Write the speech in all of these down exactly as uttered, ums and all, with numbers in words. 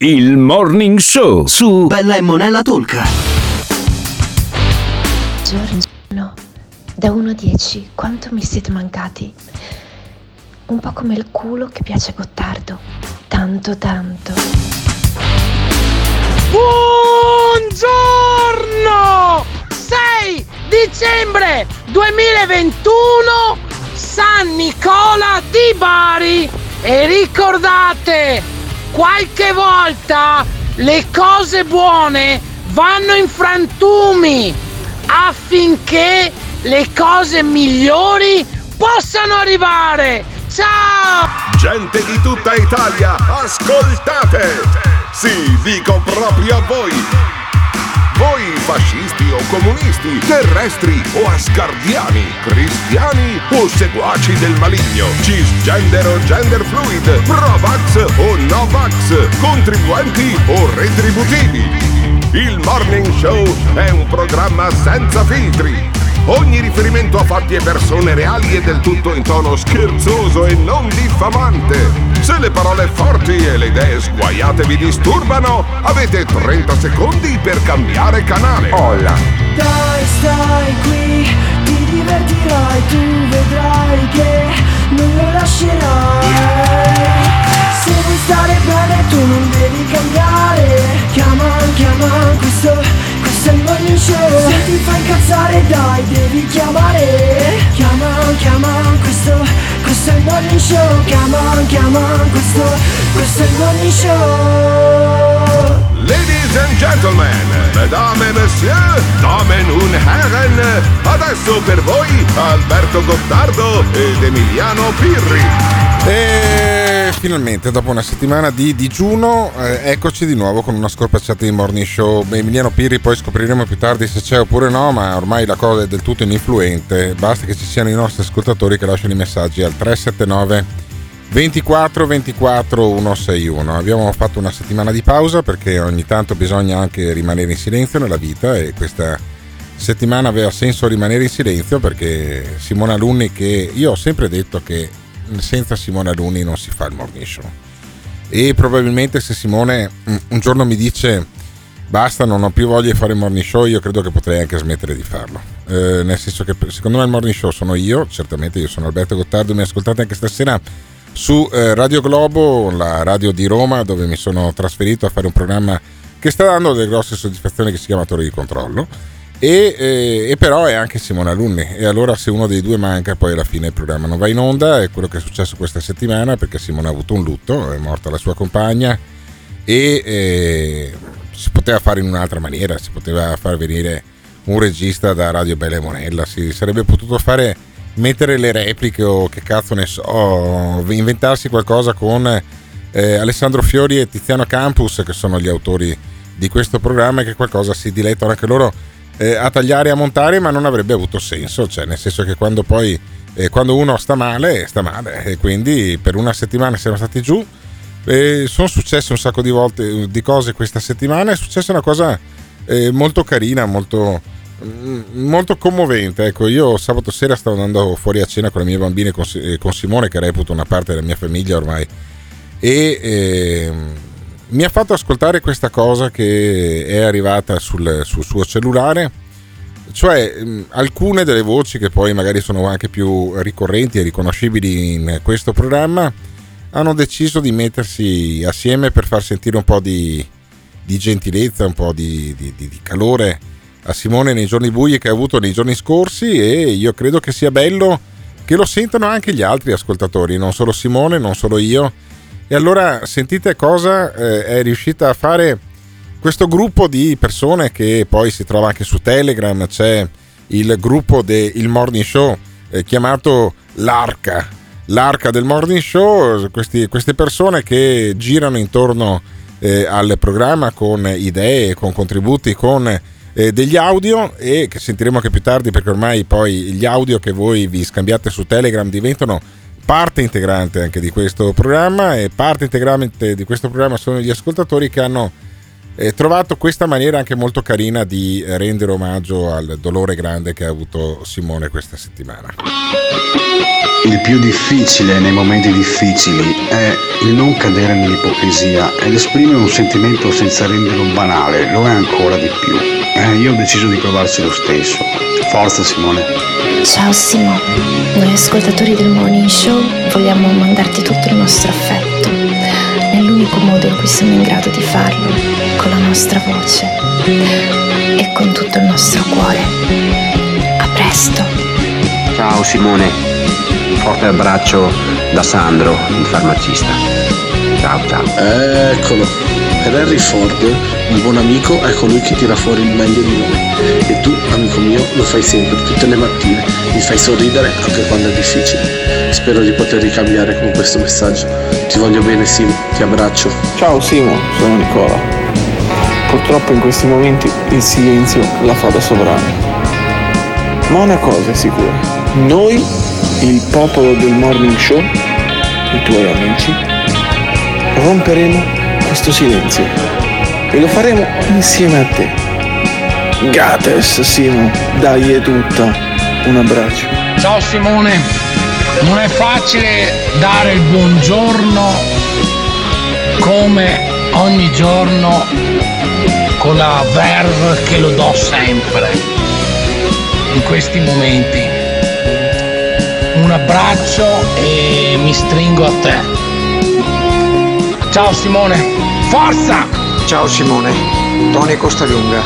Il Morning Show su Bella e Monella Talk. Giorno, da uno a dieci, quanto mi siete mancati? Un po' come il culo che piace a Gottardo. Tanto, tanto. Buongiorno! sei dicembre duemilaventuno, San Nicola di Bari. E ricordate, qualche volta le cose buone vanno in frantumi affinché le cose migliori possano arrivare. Ciao! Gente di tutta Italia, ascoltate! Sì, dico proprio a voi! Voi fascisti o comunisti, terrestri o asgardiani, cristiani o seguaci del maligno, cisgender o gender fluid, pro-vax o no-vax, contribuenti o retributivi. Il Morning Show è un programma senza filtri. Ogni riferimento a fatti e persone reali è del tutto in tono scherzoso e non diffamante. Se le parole forti e le idee sguaiate vi disturbano, avete trenta secondi per cambiare canale. Hola. Dai, stai qui, ti divertirai, tu vedrai che non lo lascerai. Se vuoi stare bene tu non devi cambiare. Chiama, chiama, questo, questo è il Morning Show. Se ti fa incazzare dai, devi chiamare. Chiama, chiama, questo, questo è il Morning Show. Chiama, chiama, questo, questo è il Morning Show. Ladies and gentlemen, mesdames et messieurs, damen und herren, adesso per voi Alberto Gottardo ed Emiliano Pirri. E finalmente dopo una settimana di digiuno eh, eccoci di nuovo con una scorpacciata di Morning Show. Emiliano Pirri poi scopriremo più tardi se c'è oppure no, ma ormai la cosa è del tutto ininfluente, basta che ci siano i nostri ascoltatori che lasciano i messaggi al tre sette nove ventiquattro ventiquattro centosessantuno. Abbiamo fatto una settimana di pausa perché ogni tanto bisogna anche rimanere in silenzio nella vita e questa settimana aveva senso rimanere in silenzio perché Simona Alunni, che io ho sempre detto che senza Simone Alunni non si fa il Morning Show, e probabilmente se Simone un giorno mi dice basta, non ho più voglia di fare il Morning Show, io credo che potrei anche smettere di farlo, eh, nel senso che secondo me il Morning Show sono io, certamente io sono Alberto Gottardo, mi ascoltate anche stasera su eh, Radio Globo, la radio di Roma, dove mi sono trasferito a fare un programma che sta dando delle grosse soddisfazioni, che si chiama Torre di Controllo. E, e, e però è anche Simone Alunni, e allora se uno dei due manca poi alla fine il programma non va in onda. È quello che è successo questa settimana, perché Simone ha avuto un lutto, è morta la sua compagna e, e si poteva fare in un'altra maniera, si poteva far venire un regista da Radio Bella e Monella, si sarebbe potuto fare, mettere le repliche o che cazzo ne so, inventarsi qualcosa con eh, Alessandro Fiori e Tiziano Campus, che sono gli autori di questo programma, e che qualcosa si dilettano anche loro Eh, a tagliare e a montare, ma non avrebbe avuto senso, cioè nel senso che quando poi eh, quando uno sta male sta male, e quindi per una settimana siamo stati giù. Eh, sono successe un sacco di volte di cose questa settimana, è successa una cosa eh, molto carina, molto molto commovente. Ecco, io sabato sera stavo andando fuori a cena con le mie bambine, con, con Simone, che reputo una parte della mia famiglia ormai, e eh, mi ha fatto ascoltare questa cosa che è arrivata sul, sul suo cellulare, cioè mh, alcune delle voci che poi magari sono anche più ricorrenti e riconoscibili in questo programma hanno deciso di mettersi assieme per far sentire un po' di, di gentilezza, un po' di, di, di, di calore a Simone nei giorni bui che ha avuto nei giorni scorsi, e io credo che sia bello che lo sentano anche gli altri ascoltatori, non solo Simone, non solo io. E allora sentite cosa eh, è riuscita a fare questo gruppo di persone, che poi si trova anche su Telegram. C'è il gruppo del Morning Show eh, chiamato l'Arca, l'Arca del Morning Show, questi, queste persone che girano intorno eh, al programma con idee, con contributi, con eh, degli audio, e che sentiremo anche più tardi, perché ormai poi gli audio che voi vi scambiate su Telegram diventano parte integrante anche di questo programma, e parte integrante di questo programma sono gli ascoltatori che hanno eh, trovato questa maniera anche molto carina di rendere omaggio al dolore grande che ha avuto Simone questa settimana. Il più difficile nei momenti difficili è il non cadere nell'ipocrisia ed esprimere un sentimento senza renderlo banale, lo è ancora di più. Eh, io ho deciso di provarci lo stesso. Forza Simone. Ciao Simo, noi ascoltatori del Morning Show vogliamo mandarti tutto il nostro affetto, nell'unico modo in cui siamo in grado di farlo, con la nostra voce e con tutto il nostro cuore. A presto. Ciao Simone, un forte abbraccio da Sandro, il farmacista. Ciao ciao. Eccolo, per Henry Ford, un buon amico è colui che tira fuori il meglio di noi. E tu, amico mio, lo fai sempre, tutte le mattine. Mi fai sorridere anche quando è difficile. Spero di poter ricambiare con questo messaggio. Ti voglio bene Simo, ti abbraccio. Ciao Simo, sono Nicola. Purtroppo in questi momenti il silenzio la fa da sovrano. Ma una cosa è sicura, noi, il popolo del Morning Show, i tuoi amici, romperemo questo silenzio e lo faremo insieme a te. Gates, Simo, dai è tutta, un abbraccio. Ciao Simone, non è facile dare il buongiorno come ogni giorno con la verve che lo do sempre in questi momenti. Un abbraccio e mi stringo a te. Ciao Simone, forza! Ciao Simone, Tony Costalunga.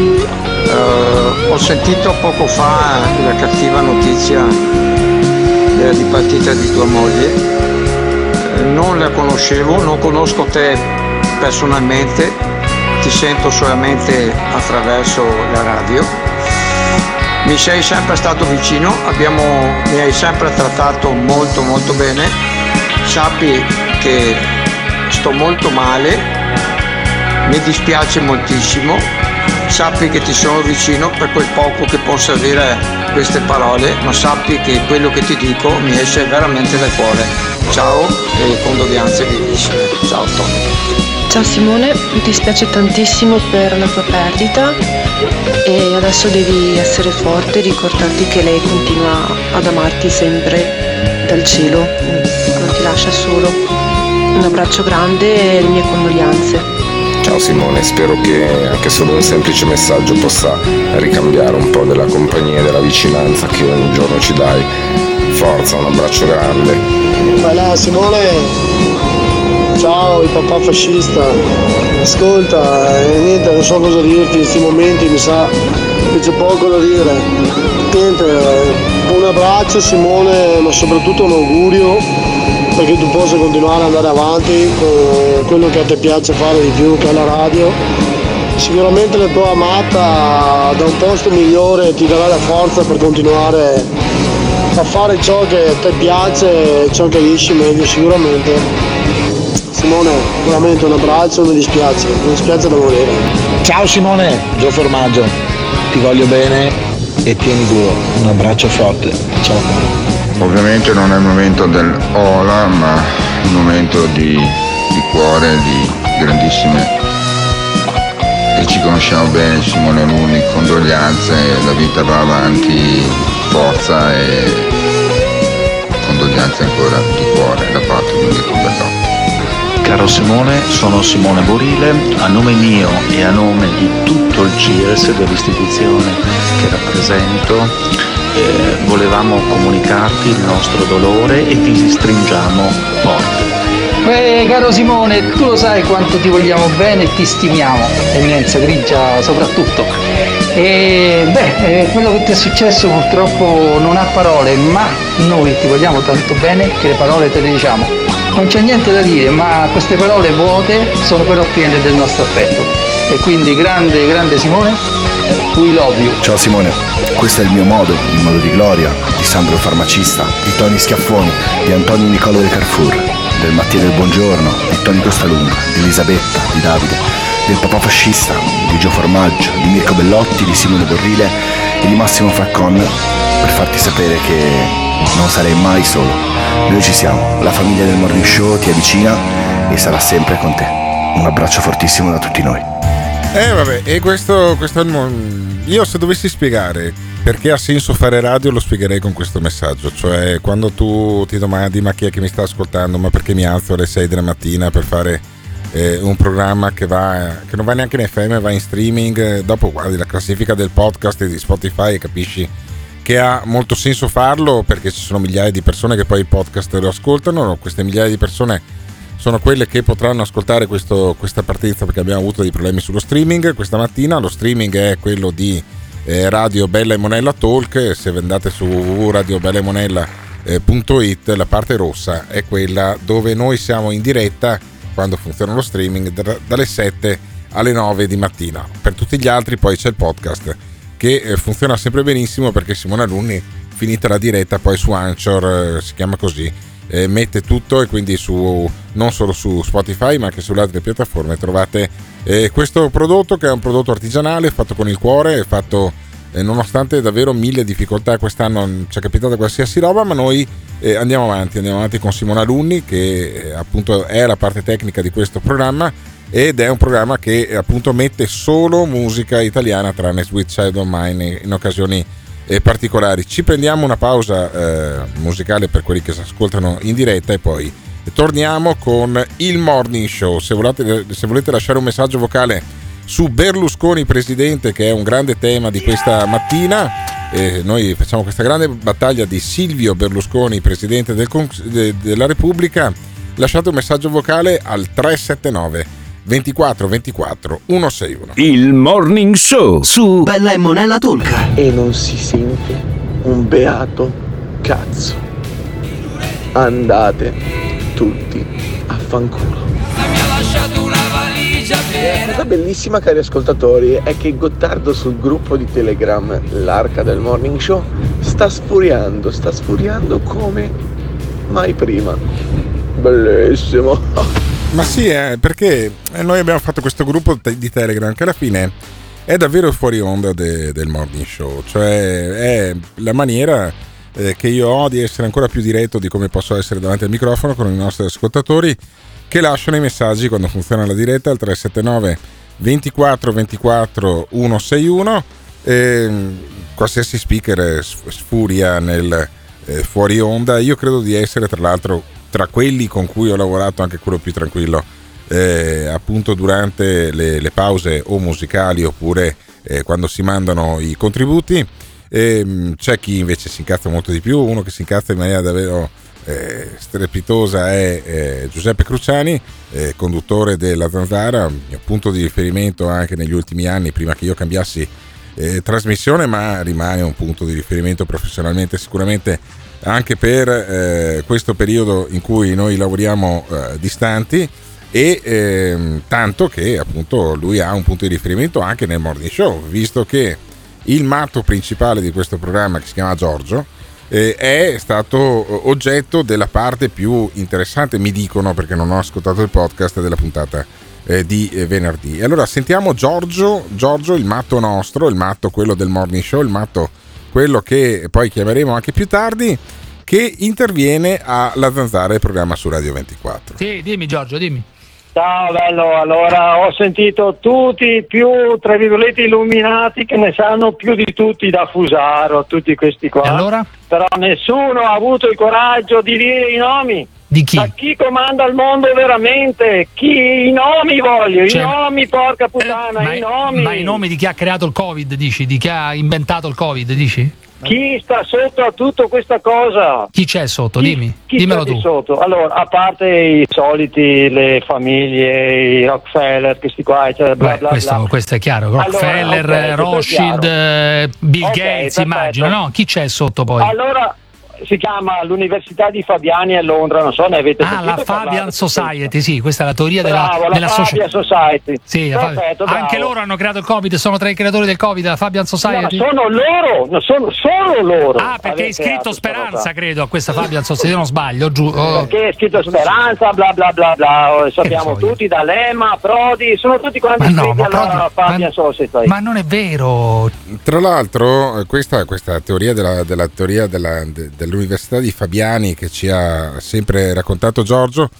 Uh, ho sentito poco fa la cattiva notizia della dipartita di tua moglie. Uh, non la conoscevo, non conosco te personalmente, ti sento solamente attraverso la radio. Mi sei sempre stato vicino, abbiamo, mi hai sempre trattato molto molto bene. Sappi che sto molto male, mi dispiace moltissimo. Sappi che ti sono vicino per quel poco che possa avere queste parole, ma sappi che quello che ti dico mi esce veramente dal cuore. Ciao e condoglianze vivissime. Ciao Tony. Ciao Simone, mi dispiace tantissimo per la tua perdita e adesso devi essere forte e ricordarti che lei continua ad amarti sempre dal cielo, non ti lascia solo. Un abbraccio grande e le mie condoglianze. Ciao Simone, spero che anche solo un semplice messaggio possa ricambiare un po' della compagnia e della vicinanza che ogni giorno ci dai. Forza, un abbraccio grande. Bella Simone! Ciao il papà fascista, ascolta, eh, niente, non so cosa dirti in questi momenti, mi sa che c'è poco da dire. Niente, un abbraccio Simone, ma soprattutto un augurio perché tu possa continuare ad andare avanti con quello che a te piace fare di più, che è la radio. Sicuramente la tua amata da un posto migliore ti darà la forza per continuare a fare ciò che a te piace e ciò che riesci meglio sicuramente. Simone, veramente un abbraccio, mi dispiace, mi dispiace da morire. Ciao Simone, Gio Formaggio, ti voglio bene e tieni duro, un abbraccio forte, ciao caro. Ovviamente non è il momento del hola, ma il momento di, di cuore, di grandissime, e ci conosciamo bene, Simone Luni, condoglianze, la vita va avanti, forza e condoglianze ancora di cuore da parte di Mirko Bellotti. Caro Simone, sono Simone Borile, a nome mio e a nome di tutto il C I R S dell'istituzione che rappresento, eh, volevamo comunicarti il nostro dolore e ti stringiamo forte. Eh, caro Simone, tu lo sai quanto ti vogliamo bene e ti stimiamo, Eminenza Grigia soprattutto. E beh, eh, quello che ti è successo purtroppo non ha parole, ma noi ti vogliamo tanto bene che le parole te le diciamo. Non c'è niente da dire, ma queste parole vuote sono però piene del nostro affetto. E quindi grande, grande Simone, we love you. Ciao Simone, questo è il mio modo, il modo di Gloria, di Sandro il farmacista, di Tony Schiaffoni, di Antonio Nicola del Carrefour, del Mattia del Buongiorno, di Tony Costalunga, di Elisabetta, di Davide, del papà fascista, di Gio Formaggio, di Mirko Bellotti, di Simone Borrile e di Massimo Fraccon, per farti sapere che non sarei mai solo. Noi ci siamo, la famiglia del Morning Show ti avvicina e sarà sempre con te. Un abbraccio fortissimo da tutti noi. Eh vabbè, e questo, questo io se dovessi spiegare perché ha senso fare radio lo spiegherei con questo messaggio, cioè quando tu ti domandi ma chi è che mi sta ascoltando, ma perché mi alzo alle sei della mattina per fare eh, un programma che va che non va neanche in F M, va in streaming, eh, dopo guardi la classifica del podcast e di Spotify e capisci che ha molto senso farlo, perché ci sono migliaia di persone che poi il podcast lo ascoltano. Queste migliaia di persone sono quelle che potranno ascoltare questo, questa partenza, perché abbiamo avuto dei problemi sullo streaming questa mattina. Lo streaming è quello di eh, Radio Bella e Monella Talk. Se andate su w w w punto radio bella e monella punto i t, la parte rossa è quella dove noi siamo in diretta quando funziona lo streaming da, dalle sette alle nove di mattina. Per tutti gli altri poi c'è il podcast che eh, funziona sempre benissimo, perché Simone Alunni, finita la diretta, poi su Anchor, eh, si chiama così, eh, mette tutto, e quindi su non solo su Spotify ma anche sulle altre piattaforme trovate eh, questo prodotto, che è un prodotto artigianale fatto con il cuore, fatto eh, nonostante davvero mille difficoltà. Quest'anno ci è capitata qualsiasi roba, ma noi eh, andiamo avanti andiamo avanti con Simone Alunni, che eh, appunto è la parte tecnica di questo programma, ed è un programma che eh, appunto mette solo musica italiana, tranne Sweet Child of Mine in, in occasioni eh, particolari. Ci prendiamo una pausa eh, musicale per quelli che si ascoltano in diretta e poi torniamo con il Morning Show. Se volete, se volete lasciare un messaggio vocale su Berlusconi presidente, che è un grande tema di questa mattina, eh, noi facciamo questa grande battaglia di Silvio Berlusconi presidente del, de, della Repubblica, lasciate un messaggio vocale al tre sette nove ventiquattro ventiquattro centosessantuno. Il Morning Show su Bella e Monella Talk. E non si sente un beato cazzo. Andate tutti a fanculo. La cosa bellissima, cari ascoltatori, è che Gottardo sul gruppo di Telegram L'Arca del Morning Show sta sfuriando, sta sfuriando come mai prima. Bellissimo. Ma sì, eh, perché noi abbiamo fatto questo gruppo di Telegram che alla fine è davvero fuori onda de, del Morning Show, cioè è la maniera eh, che io ho di essere ancora più diretto di come posso essere davanti al microfono con i nostri ascoltatori, che lasciano i messaggi quando funziona la diretta al tre sette nove ventiquattro ventiquattro centosessantuno. E qualsiasi speaker sfuria nel eh, fuori onda. Io credo di essere tra l'altro tra quelli con cui ho lavorato anche quello più tranquillo, eh, appunto durante le, le pause o musicali oppure eh, quando si mandano i contributi. E, c'è chi invece si incazza molto di più. Uno che si incazza in maniera davvero eh, strepitosa è eh, Giuseppe Cruciani, eh, conduttore della Zanzara, mio punto di riferimento anche negli ultimi anni, prima che io cambiassi eh, trasmissione, ma rimane un punto di riferimento professionalmente sicuramente anche per eh, questo periodo in cui noi lavoriamo eh, distanti, e eh, tanto che appunto lui ha un punto di riferimento anche nel Morning Show, visto che il matto principale di questo programma, che si chiama Giorgio, eh, è stato oggetto della parte più interessante, mi dicono, perché non ho ascoltato il podcast, della puntata eh, di eh, venerdì. E allora sentiamo Giorgio, Giorgio, il matto nostro, il matto quello del Morning Show, il matto quello che poi chiameremo anche più tardi, che interviene alla Zanzara, il programma su Radio ventiquattro. Sì, dimmi Giorgio, dimmi. Ciao bello, allora ho sentito tutti più, tra virgolette, illuminati, che ne sanno più di tutti da Fusaro, tutti questi qua. E allora? Però nessuno ha avuto il coraggio di dire i nomi. Di chi? Da chi comanda il mondo veramente? Chi? I nomi voglio, cioè, i nomi, porca puttana, eh, ma, i nomi. Ma i nomi di chi ha creato il Covid, dici? Di chi ha inventato il Covid, dici? Chi sta sotto a tutta questa cosa? Chi c'è sotto? Chi, Dimmi. Chi Dimmelo sta tu. Sotto? Allora, a parte i soliti, le famiglie, i Rockefeller, questi qua, cioè bla, Beh, bla, questo, bla. questo è chiaro. Rockefeller, allora, okay, Rothschild, eh, Bill okay, Gates, perfetto. immagino, no? Chi c'è sotto poi? Allora, si chiama l'Università di Fabiani a Londra, non so, ne avete ah, sentito la Fabian parlare? Society, sì, questa è la teoria Bravo, della, la della Fabian socia- Society. Sì, perfetto, fa- anche loro hanno creato il Covid, sono tra i creatori del Covid, la Fabian Society. No, sono loro, no, sono solo loro. Ah, perché hai scritto Speranza, credo, a questa Fabian Society, io non sbaglio, giù. Oh. Perché hai scritto Speranza, bla bla bla bla, sappiamo tutti, da Lema, Prodi, sono tutti quanti no, iscritti alla Prodi, Fabian ma, Society. Ma non è vero. Tra l'altro, questa, questa teoria della, della teoria della, de, dell'Università di Fabiani che ci ha sempre raccontato Giorgio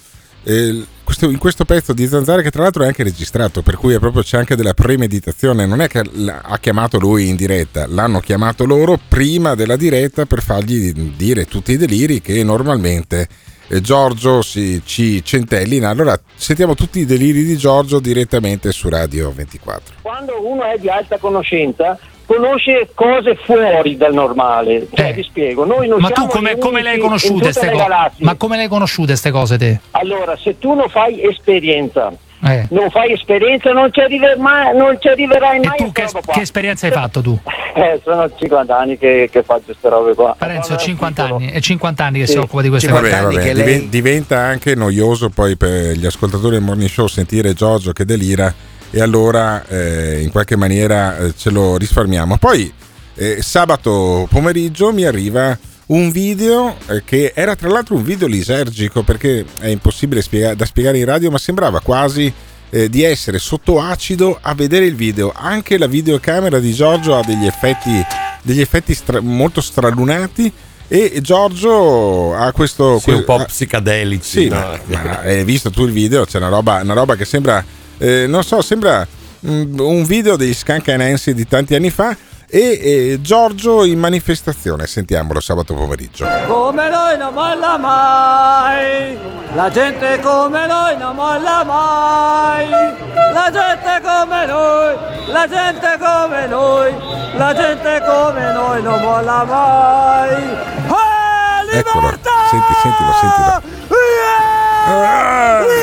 eh, questo, in questo pezzo di Zanzara, che tra l'altro è anche registrato, per cui è proprio, c'è anche della premeditazione, non è che ha chiamato lui in diretta, l'hanno chiamato loro prima della diretta per fargli dire tutti i deliri che normalmente eh, Giorgio si, ci centellina. Allora sentiamo tutti i deliri di Giorgio direttamente su Radio ventiquattro. Quando uno è di alta conoscenza conosce cose fuori dal normale, cioè, eh. vi spiego, noi non ma siamo tu come, come le hai in conosciute tutte ste le cose? galassie. Ma come le hai conosciute queste cose te? Allora, se tu non fai esperienza, Eh. non fai esperienza, non ci, arriver mai, non ci arriverai mai. E tu che, che esperienza hai fatto tu? Eh, sono cinquanta anni che, che faccio queste robe qua. Parenzo, cinquanta anni, è cinquanta anni che Sì. si occupa di queste Vabbè, cose. vabbè, Che diven- lei- diventa anche noioso poi per gli ascoltatori del Morning Show sentire Giorgio che delira, e allora eh, in qualche maniera eh, ce lo risparmiamo. Poi eh, sabato pomeriggio mi arriva un video eh, che era tra l'altro un video lisergico, perché è impossibile spiega- da spiegare in radio, ma sembrava quasi eh, di essere sotto acido a vedere il video. Anche la videocamera di Giorgio ha degli effetti degli effetti stra- molto stralunati, e Giorgio ha questo Sì, un po' ha- psicadelici. sì, no? ma, ma hai visto tu il video? C'è una roba, una roba che sembra eh, non so, sembra mm, un video degli Skunk and Nancy di tanti anni fa. E eh, Giorgio in manifestazione, sentiamolo sabato pomeriggio. Come noi non molla mai, la gente come noi non molla mai, la gente come noi, la gente come noi, la gente come noi non molla mai. Eh, Eccolo, senti, sentilo, sentilo. Yeah!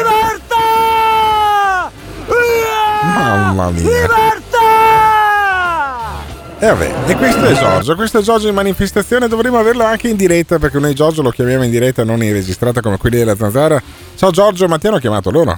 Libertà! Mamma mia. Libertà! E vabbè, e questo è Giorgio, questo è Giorgio in manifestazione. Dovremmo averlo anche in diretta, perché noi Giorgio lo chiamiamo in diretta, non in registrata come quelli della Zanzara. Ciao Giorgio, ma ti hanno chiamato loro?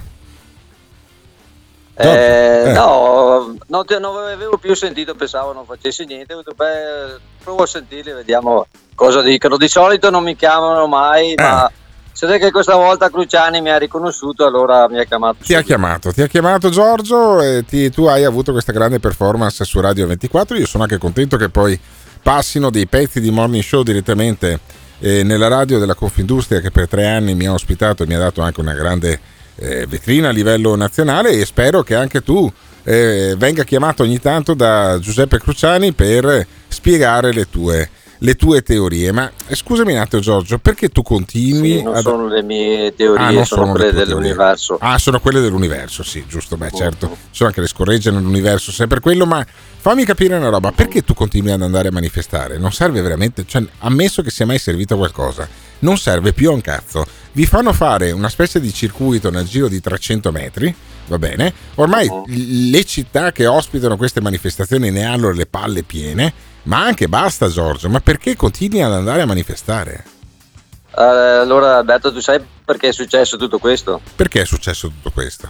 Giorgio, Eh, eh. No, non, te, non avevo più sentito, pensavo non facessi niente. Ho detto, beh, provo a sentirli, vediamo cosa dicono. Di solito non mi chiamano mai, ma se vede che questa volta Cruciani mi ha riconosciuto, allora mi ha chiamato. Ti ha chiamato, ti ha chiamato Giorgio, e ti- tu hai avuto questa grande performance su Radio ventiquattro. Io sono anche contento che poi passino dei pezzi di Morning Show direttamente eh, nella radio della Confindustria, che per tre anni mi ha ospitato e mi ha dato anche una grande eh, vetrina a livello nazionale, e spero che anche tu eh, venga chiamato ogni tanto da Giuseppe Cruciani per spiegare le tue le tue teorie. Ma eh, scusami un attimo Giorgio, perché tu continui Sì, non ad... sono le mie teorie, Ah, non sono, sono le quelle tue teorie. dell'universo. Ah, sono quelle dell'universo, sì, giusto, beh certo, ci sono anche le scorregge nell'universo, sempre quello, ma fammi capire una roba, perché tu continui ad andare a manifestare? Non serve veramente, cioè, ammesso che sia mai servito a qualcosa, non serve più a un cazzo. Vi fanno fare una specie di circuito nel giro di trecento metri, va bene? Ormai le città che ospitano queste manifestazioni ne hanno le palle piene, ma anche basta Giorgio, ma perché continui ad andare a manifestare? Eh, allora Alberto, tu sai perché è successo tutto questo? Perché è successo tutto questo?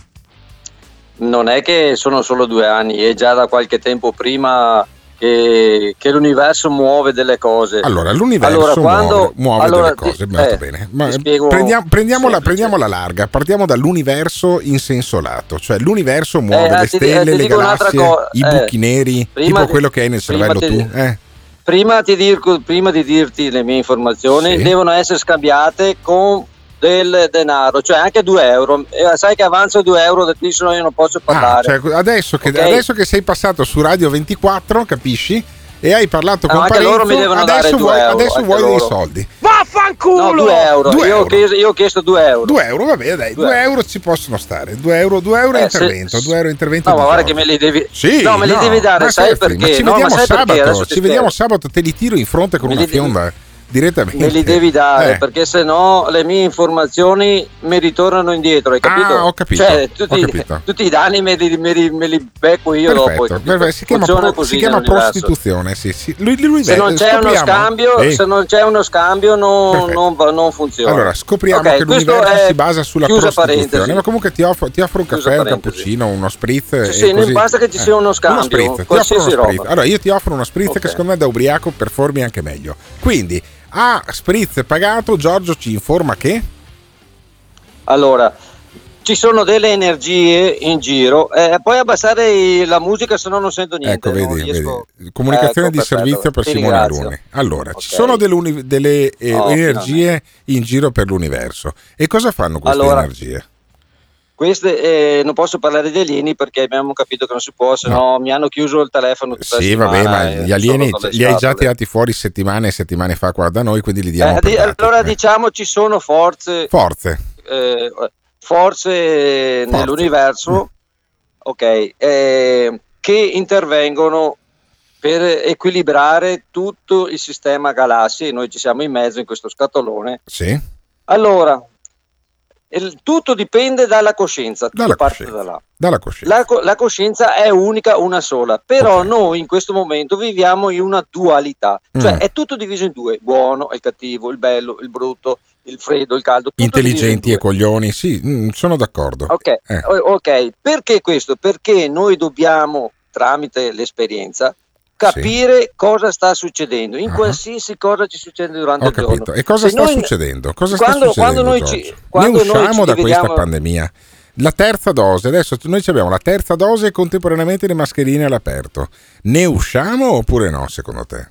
Non è che sono solo due anni, è già da qualche tempo prima che, che l'universo muove delle cose. Allora, l'universo Allora, quando- muove, muove allora, delle cose, ti- molto eh, bene. Ma ti spiego prendiamo, prendiamola, semplice. prendiamola larga, partiamo dall'universo in senso lato, cioè l'universo muove Eh, le ti- stelle, eh, ti le dico un'altra galassie, co- i eh, buchi neri, prima tipo di- quello che hai nel prima cervello ti- tu. Eh. Prima di, dir- prima di dirti le mie informazioni, Sì. devono essere scambiate con del denaro, cioè anche due euro. E sai che avanzo due euro da qui, se no io non posso Ah, parlare. cioè, adesso, che, Ok? adesso che sei passato su Radio ventiquattro, capisci? E hai parlato Ah, con anche Parenzo, loro mi devono dare adesso due vuoi, euro, adesso anche vuoi dei loro. soldi. No, due euro. Due io, Ho euro. chiesto, io ho chiesto due euro. due euro, vabbè, dai, due euro ci possono stare. due euro, due euro Eh, intervento, se- due euro intervento. No, di ma guarda Giorgio. che me li devi. Sì, no, me li no, devi dare, ma sai certo, perché? Ma ci No, vediamo ma sai perché? sabato, Adesso ti ci vediamo spiego. sabato, te li tiro in fronte con Me una li devi- fionda direttamente. Me li devi dare Eh. perché sennò le mie informazioni mi ritornano indietro, hai capito? Ah, ho capito, Cioè, ho tutti, capito. tutti i danni me li, me li- me li becco io dopo. hai Perfetto, capito? perfetto, si chiama, Funziona pro- così si chiama nell'universo. prostituzione, sì, sì. Lui, lui Se non c'è uno scopriamo- scambio, Ehi, se non c'è uno scambio non, Perfetto. non, va- non funziona. Allora, scopriamo Ok, che questo l'universo è si basa sulla chiusa prostituzione, parentesi. ma comunque ti offro, ti offro un Chiusa caffè, un parentesi. cappuccino, uno spritz. Sì, e sì, non così. basta che ci sia uno scambio, Uno spritz, ti offro qualsiasi uno spritz. roba. Allora, io ti offro uno spritz Ok. che secondo me da ubriaco performi anche meglio. Quindi, a spritz pagato, Giorgio ci informa che... Allora, ci sono delle energie in giro, eh, puoi abbassare la musica se no non sento niente. Ecco, non vedi, riesco... vedi. Comunicazione ecco, di servizio per Ti Simone ringrazio. Alunni. Allora, Okay. ci sono delle, uni- delle eh, Oh, energie in giro per l'universo. E cosa fanno queste Allora, energie? Queste eh, non posso parlare di alieni perché abbiamo capito che non si può, se no, mi hanno chiuso il telefono tutta Sì, la vabbè, settimana ma e gli alieni sono con le li hai già scatole. tirati fuori settimane e settimane fa qua da noi, quindi li diamo Eh, per di- dati. allora diciamo ci sono forze, Forze. eh, forze nell'universo, ok, eh, che intervengono per equilibrare tutto il sistema galassie e noi ci siamo in mezzo in questo scatolone. Sì. Allora, il- tutto dipende dalla coscienza, tutto Dalla parte coscienza. da là. Dalla coscienza. La, co- la coscienza è unica, una sola, però noi in questo momento viviamo in una dualità, cioè Mm. è tutto diviso in due, buono, il cattivo, il bello, il brutto, il freddo, il caldo, tutto diviso in Intelligenti due. e coglioni, sì, mm, sono d'accordo. Ok, Eh. o- ok, perché questo? Perché noi dobbiamo, tramite l'esperienza, capire cosa sta succedendo, in qualsiasi cosa ci succede durante Ho il giorno. capito. E cosa Se sta noi- succedendo? Cosa quando, sta succedendo, quando noi Giorgio? ci, quando ne noi usciamo ci da questa dividiamo- pandemia. La terza dose, adesso noi ci abbiamo la terza dose e contemporaneamente le mascherine all'aperto. Ne usciamo oppure no, secondo te?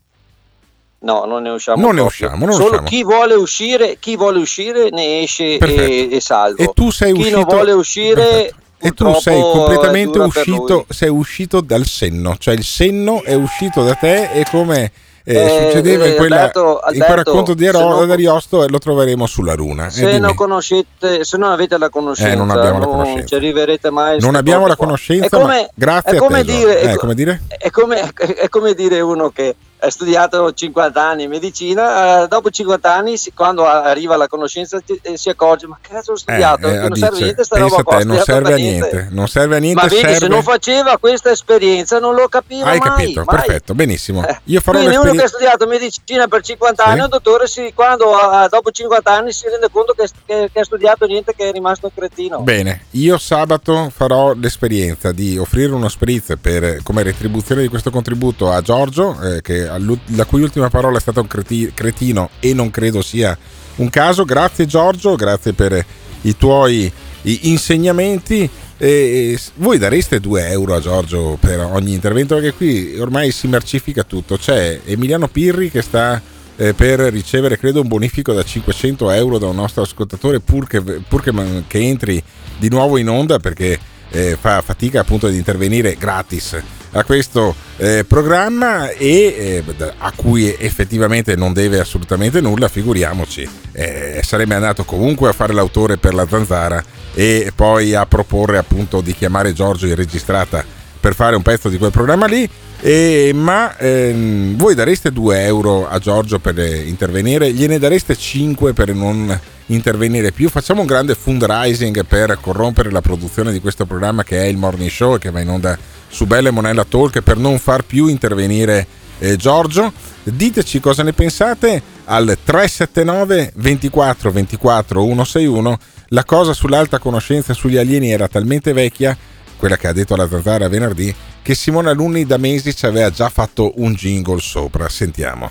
No, non ne usciamo Non ne proprio. usciamo, non Solo usciamo. chi vuole uscire, chi vuole uscire ne esce Perfetto. e, e salvo. E tu sei chi uscito- non vuole uscire E tu purtroppo sei completamente è dura per lui. uscito, sei uscito dal senno, cioè il senno è uscito da te e come eh, Eh, succedeva in, eh, quella, Alberto, in quel Alberto, racconto di se Ero- non- di Ariosto, lo troveremo sulla Luna. Eh, Se dimmi. non conoscete, se non avete la conoscenza, Eh, non abbiamo la non conoscenza. ci arriverete mai. a Non queste abbiamo cose la qua. conoscenza, È come, ma grazie è a come te, dire, Giorgio. è, Eh, co- come dire? È come, è come dire uno che ha studiato cinquanta anni in medicina, eh, dopo cinquanta anni, si- quando arriva la conoscenza, ti- eh, si accorge: ma che cazzo ho studiato? Eh, Che eh, non serve dice, niente sta pensa roba qua. te, non ho studiato serve a da niente, non serve a niente. Ma vedi, serve... se non faceva questa esperienza, non lo capiva Hai mai. capito? mai. Perfetto, benissimo. Io farò Quindi uno che ha l'esperienza. studiato medicina per cinquanta Sì. anni, un dottore, si, quando ha- dopo cinquanta anni si rende conto che, che- che ha studiato niente, che è rimasto un cretino. Bene, io sabato farò l'esperienza di offrire uno spritz per, come retribuzione di questo contributo a Giorgio, eh, che all'u- la cui ultima parola è stata un creti- cretino e non credo sia un caso. Grazie Giorgio, grazie per i tuoi i insegnamenti. E voi dareste due euro a Giorgio per ogni intervento, perché qui ormai si mercifica tutto. C'è Emiliano Pirri che sta eh, per ricevere credo un bonifico da cinquecento euro da un nostro ascoltatore pur che, pur che, che entri di nuovo in onda, perché eh, fa fatica appunto ad intervenire gratis a questo eh, programma e eh, a cui effettivamente non deve assolutamente nulla, figuriamoci, eh, sarebbe andato comunque a fare l'autore per la Zanzara e poi a proporre appunto di chiamare Giorgio in registrata per fare un pezzo di quel programma lì. E, ma ehm, voi dareste due euro a Giorgio per eh, intervenire, gliene dareste cinque per non intervenire più. Facciamo un grande fundraising per corrompere la produzione di questo programma che è il Morning Show e che va in onda su Bella e Monella Talk, per non far più intervenire eh, Giorgio. Diteci cosa ne pensate al tre sette nove ventiquattro ventiquattro centosessantuno. La cosa sull'alta conoscenza sugli alieni era talmente vecchia, quella che ha detto alla Zanzara venerdì, che Simone Alunni da mesi ci aveva già fatto un jingle sopra. Sentiamo.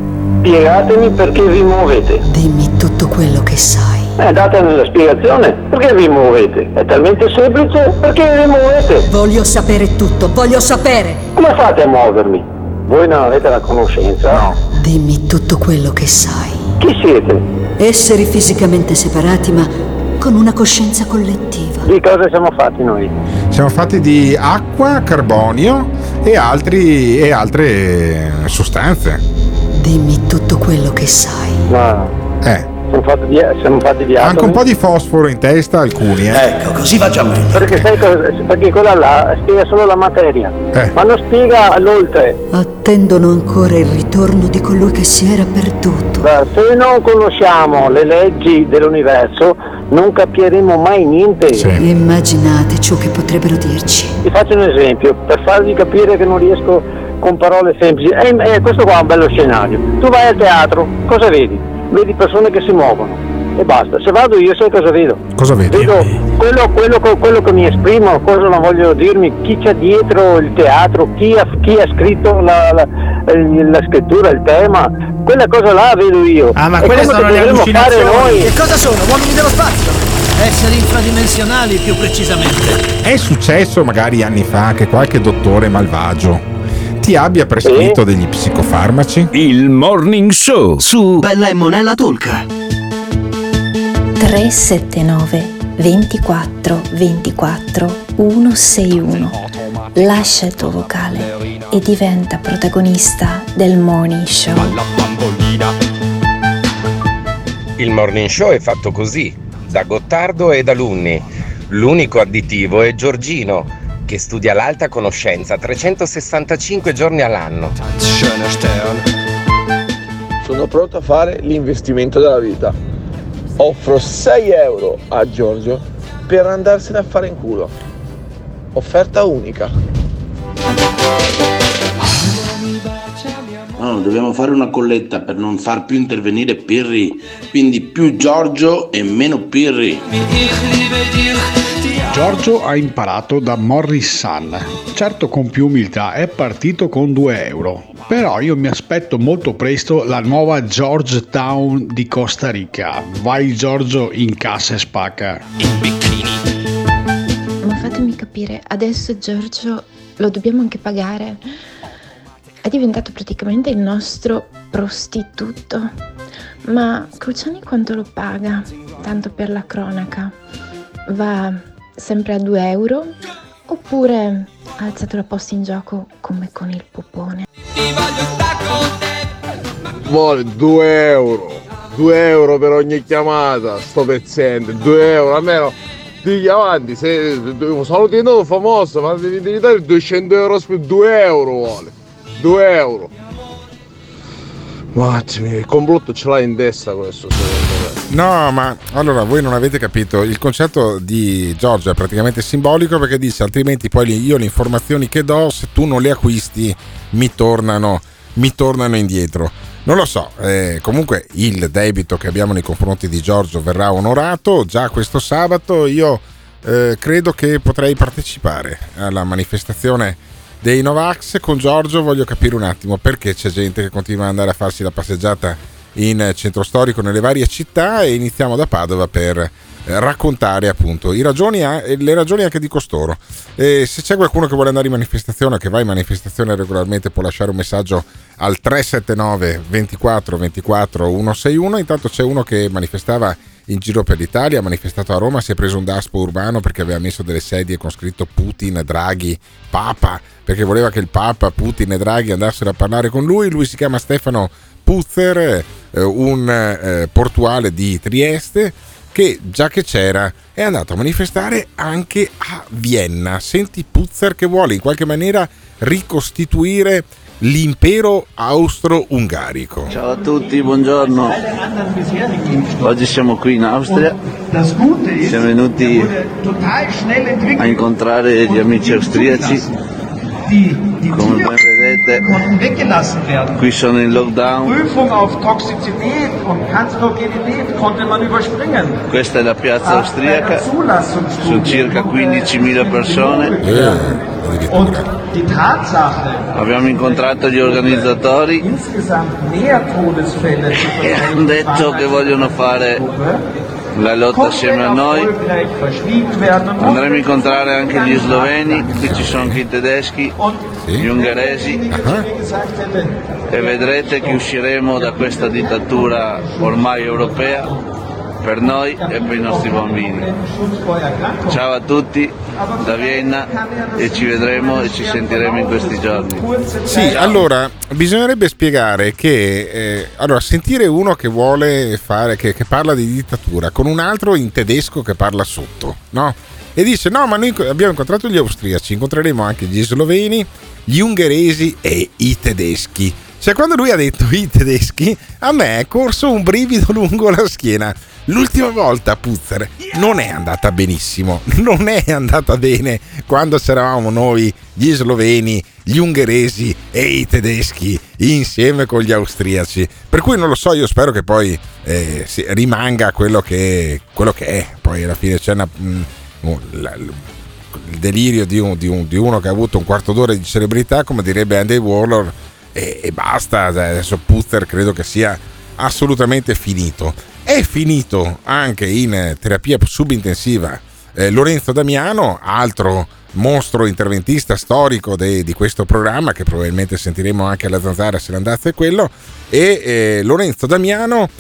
Spiegatemi perché vi muovete. Dimmi tutto quello che sai. Eh, datemi la spiegazione. Perché vi muovete? È talmente semplice. Perché vi muovete? Voglio sapere tutto, voglio sapere. Come fate a muovermi? Voi non avete la conoscenza? No. Dimmi tutto quello che sai. Chi siete? Esseri fisicamente separati ma con una coscienza collettiva. Di cosa siamo fatti noi? Siamo fatti di acqua, carbonio e, altri, e altre sostanze. Dimmi tutto quello che sai. No. Eh. Siamo fatti di, siamo fatti di atomi. Anche un po' di fosforo in testa alcuni, eh. Ecco, così va già meglio. Perché sai cosa? Perché quella là spiega solo la materia, eh. ma non spiega l'oltre. Attendono ancora il ritorno di colui che si era perduto. Beh, se non conosciamo le leggi dell'universo, non capiremo mai niente. Sì. Immaginate ciò che potrebbero dirci. Ti faccio un esempio, per farvi capire che non riesco con parole semplici. Eh, eh, questo qua è un bello scenario. Tu vai al teatro, cosa vedi? Vedi persone che si muovono e basta. Se vado io, sai cosa vedo? Cosa vedi? Vedo quello, quello, quello che mi esprimo, cosa non voglio dirmi, chi c'è dietro il teatro, chi ha, chi ha scritto la, la, la scrittura, il tema, quella cosa là vedo io. Ah, ma È quelle come sono che le dovremmo fare allucinazioni. noi. Che cosa sono? Uomini dello spazio? Esseri infradimensionali, più precisamente. È successo magari anni fa che qualche dottore malvagio ti abbia prescritto degli psicofarmaci? Il Morning Show su Bella e Monella Talk. tre sette nove ventiquattro ventiquattro centosessantuno. Lascia il tuo vocale e diventa protagonista del Morning Show. Il Morning Show è fatto così, da Gottardo e da Lunni. L'unico additivo è Giorgino, che studia l'alta conoscenza trecentosessantacinque giorni all'anno. Sono pronto a fare l'investimento della vita. Offro sei euro a Giorgio per andarsene a fare in culo. Offerta unica. No, dobbiamo fare una colletta per non far più intervenire Pirri, quindi più Giorgio e meno Pirri. Giorgio ha imparato da Morris San, certo con più umiltà è partito con due euro, però io mi aspetto molto presto la nuova Georgetown di Costa Rica. Vai Giorgio, incassa e spacca. Ma fatemi capire, adesso Giorgio lo dobbiamo anche pagare? È diventato praticamente il nostro prostituto. Ma Cruciani quanto lo paga? Tanto per la cronaca. Va sempre a due euro? Oppure ha alzato la posta in gioco come con il popone? Vuole due euro. due euro per ogni chiamata. Sto pezzente. due euro. Almeno digli avanti. Se sono diventato famoso, ma devi diventare duecento euro per due euro vuole. due euro. Ma il complotto ce l'hai in testa questo, secondo me. No, ma allora voi non avete capito. Il concetto di Giorgio è praticamente simbolico, perché dice altrimenti poi io le informazioni che do, se tu non le acquisti, mi tornano, mi tornano indietro. Non lo so, eh, comunque il debito che abbiamo nei confronti di Giorgio verrà onorato già questo sabato. Io eh, credo che potrei partecipare alla manifestazione dei Novax con Giorgio. Voglio capire un attimo perché c'è gente che continua ad andare a farsi la passeggiata in centro storico nelle varie città, e iniziamo da Padova per raccontare appunto i ragioni a, le ragioni anche di costoro. E se c'è qualcuno che vuole andare in manifestazione o che va in manifestazione regolarmente, può lasciare un messaggio al tre sette nove ventiquattro ventiquattro centosessantuno. Intanto c'è uno che manifestava in giro per l'Italia, ha manifestato a Roma, si è preso un daspo urbano perché aveva messo delle sedie con scritto Putin, Draghi, Papa, perché voleva che il Papa, Putin e Draghi andassero a parlare con lui. Lui si chiama Stefano Puzzer, eh, un eh, portuale di Trieste, che già che c'era è andato a manifestare anche a Vienna. Senti Puzzer che vuole in qualche maniera ricostituire l'impero austro-ungarico. Ciao a tutti, buongiorno. Oggi siamo qui in Austria. Siamo venuti a incontrare gli amici austriaci. Come ben vedete, qui sono in lockdown. Questa è la piazza austriaca, sono circa quindicimila persone. Abbiamo incontrato gli organizzatori e hanno detto che vogliono fare la lotta assieme a noi. Andremo a incontrare anche gli sloveni, qui ci sono anche i tedeschi, gli ungheresi, e vedrete che usciremo da questa dittatura ormai europea per noi e per i nostri bambini. Ciao a tutti da Vienna e ci vedremo e ci sentiremo in questi giorni. Sì, Ciao. Allora bisognerebbe spiegare che eh, allora sentire uno che vuole fare che, che parla di dittatura con un altro in tedesco che parla sotto, no? E dice no, ma noi abbiamo incontrato gli austriaci, incontreremo anche gli sloveni, gli ungheresi e i tedeschi. Cioè, quando lui ha detto i tedeschi, a me è corso un brivido lungo la schiena. L'ultima volta Puzzer non è andata benissimo, non è andata bene quando c'eravamo noi, gli sloveni, gli ungheresi e i tedeschi insieme con gli austriaci. Per cui non lo so, io spero che poi eh, si, rimanga quello che, quello che è. Poi alla fine c'è una, mh, la, il delirio di, un, di, un, di uno che ha avuto un quarto d'ora di celebrità, come direbbe Andy Warhol, e, e basta. Adesso Puzzer credo che sia assolutamente finito. È finito anche in terapia subintensiva eh, Lorenzo Damiano, altro mostro interventista storico de, di questo programma, che probabilmente sentiremo anche alla Zanzara se l'andazzo è quello. E eh, Lorenzo Damiano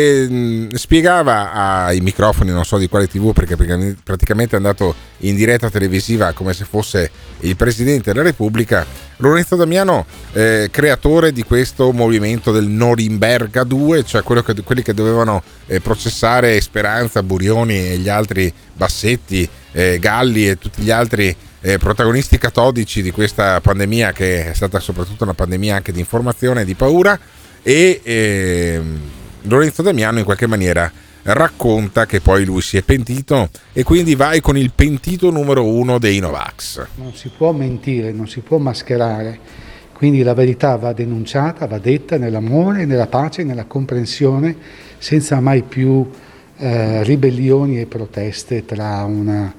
eh, spiegava ai microfoni, non so di quale tivù, perché praticamente è andato in diretta televisiva come se fosse il Presidente della Repubblica. Lorenzo Damiano, eh, creatore di questo movimento del Norimberga due, cioè quello che, quelli che dovevano eh, processare Speranza, Burioni e gli altri Bassetti, eh, Galli e tutti gli altri eh, protagonisti catodici di questa pandemia, che è stata soprattutto una pandemia anche di informazione e di paura. E eh, Lorenzo Damiano in qualche maniera racconta che poi lui si è pentito, e quindi vai con il pentito numero uno dei Novax. Non si può mentire, non si può mascherare, quindi la verità va denunciata, va detta nell'amore, nella pace, nella comprensione, senza mai più eh, ribellioni e proteste tra una,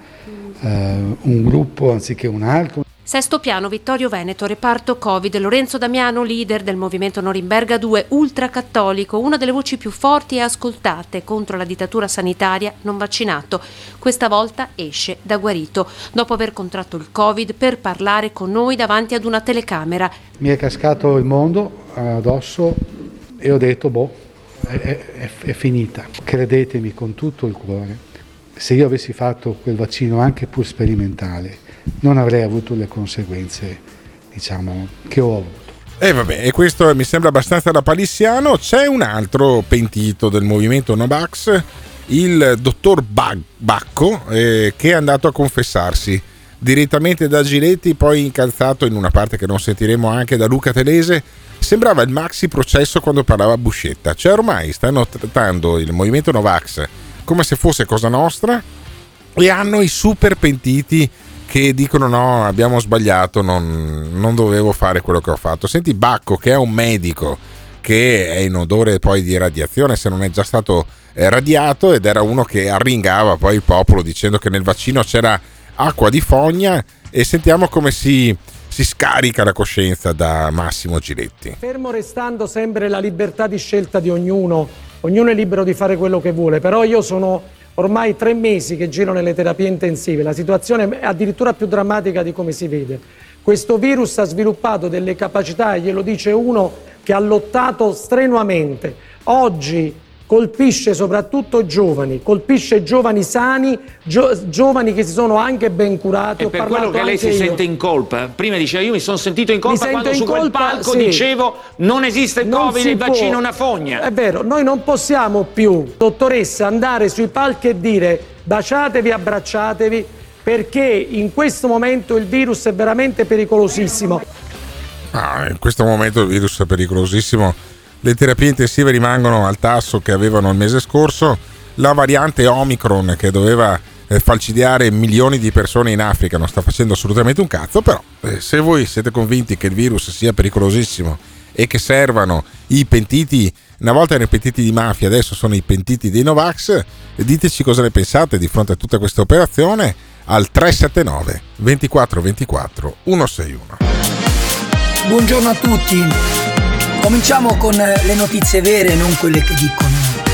eh, un gruppo anziché un altro. Sesto piano, Vittorio Veneto, reparto Covid. Lorenzo Damiano, leader del movimento Norimberga due, ultracattolico, una delle voci più forti e ascoltate contro la dittatura sanitaria, non vaccinato. Questa volta esce da guarito, dopo aver contratto il Covid, per parlare con noi davanti ad una telecamera. Mi è cascato il mondo addosso e ho detto, boh, è, è, è finita. Credetemi con tutto il cuore, se io avessi fatto quel vaccino anche pur sperimentale, non avrei avuto le conseguenze, diciamo, che ho avuto. E eh vabbè, e questo mi sembra abbastanza da palissiano. C'è un altro pentito del movimento Novax, il dottor Bag- Bacco, eh, che è andato a confessarsi direttamente da Giletti, poi incalzato in una parte che non sentiremo anche da Luca Telese. Sembrava il maxi processo quando parlava Buscetta, cioè ormai stanno trattando il movimento Novax come se fosse cosa nostra, e hanno i super pentiti che dicono no, abbiamo sbagliato, non, non dovevo fare quello che ho fatto. Senti Bacco, che è un medico che è in odore poi di radiazione, se non è già stato eh, radiato, ed era uno che arringava poi il popolo dicendo che nel vaccino c'era acqua di fogna, e sentiamo come si, si scarica la coscienza da Massimo Giletti. Fermo restando sempre la libertà di scelta di ognuno, ognuno è libero di fare quello che vuole, però io sono ormai tre mesi che giro nelle terapie intensive, la situazione è addirittura più drammatica di come si vede. Questo virus ha sviluppato delle capacità, e glielo dice uno che ha lottato strenuamente. Oggi colpisce soprattutto giovani, colpisce giovani sani, gio- giovani che si sono anche ben curati. E per quello che lei si io. sente in colpa? Prima diceva io mi sono sentito in colpa quando su colpa, quel palco sì. dicevo non esiste il Covid, il vaccino è una fogna. È vero, noi non possiamo più, dottoressa, andare sui palchi e dire baciatevi, abbracciatevi, perché in questo momento il virus è veramente pericolosissimo. Ah, in questo momento il virus è pericolosissimo. Le terapie intensive rimangono al tasso che avevano il mese scorso. La variante Omicron, che doveva eh, falcidiare milioni di persone in Africa, non sta facendo assolutamente un cazzo. Però eh, se voi siete convinti che il virus sia pericolosissimo e che servano i pentiti, una volta erano i pentiti di mafia, adesso sono i pentiti dei Novax, diteci cosa ne pensate di fronte a tutta questa operazione al tre sette nove ventiquattro ventiquattro centosessantuno. Buongiorno a tutti. Cominciamo con le notizie vere, non quelle che dicono.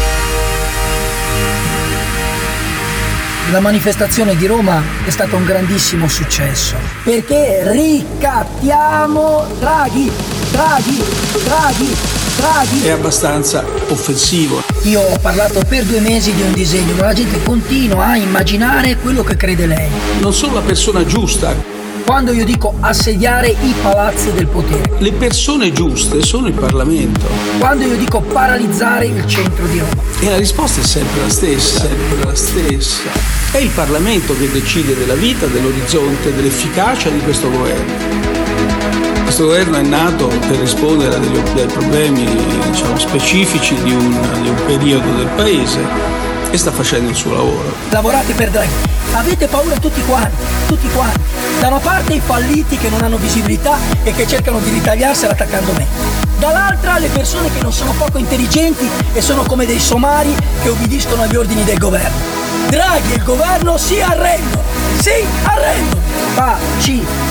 La manifestazione di Roma è stata un grandissimo successo, perché ricattiamo Draghi, Draghi, Draghi, Draghi. È abbastanza offensivo. Io ho parlato per due mesi di un disegno, ma la gente continua a immaginare quello che crede lei. Non sono la persona giusta. Quando io dico assediare i palazzi del potere. Le persone giuste sono il Parlamento. Quando io dico paralizzare il centro di Roma. E la risposta è sempre la stessa, sempre la stessa. È il Parlamento che decide della vita, dell'orizzonte, dell'efficacia di questo governo. Questo governo è nato per rispondere a degli, dei problemi, diciamo, specifici di un, di un periodo del Paese, e sta facendo il suo lavoro. Lavorate per Draghi. Avete paura tutti quanti, tutti quanti. Da una parte i falliti che non hanno visibilità e che cercano di ritagliarsela attaccando me. Dall'altra le persone che non sono poco intelligenti e sono come dei somari che obbediscono agli ordini del governo. Draghi e il governo si arrendono, si arrendono. Pacificamente.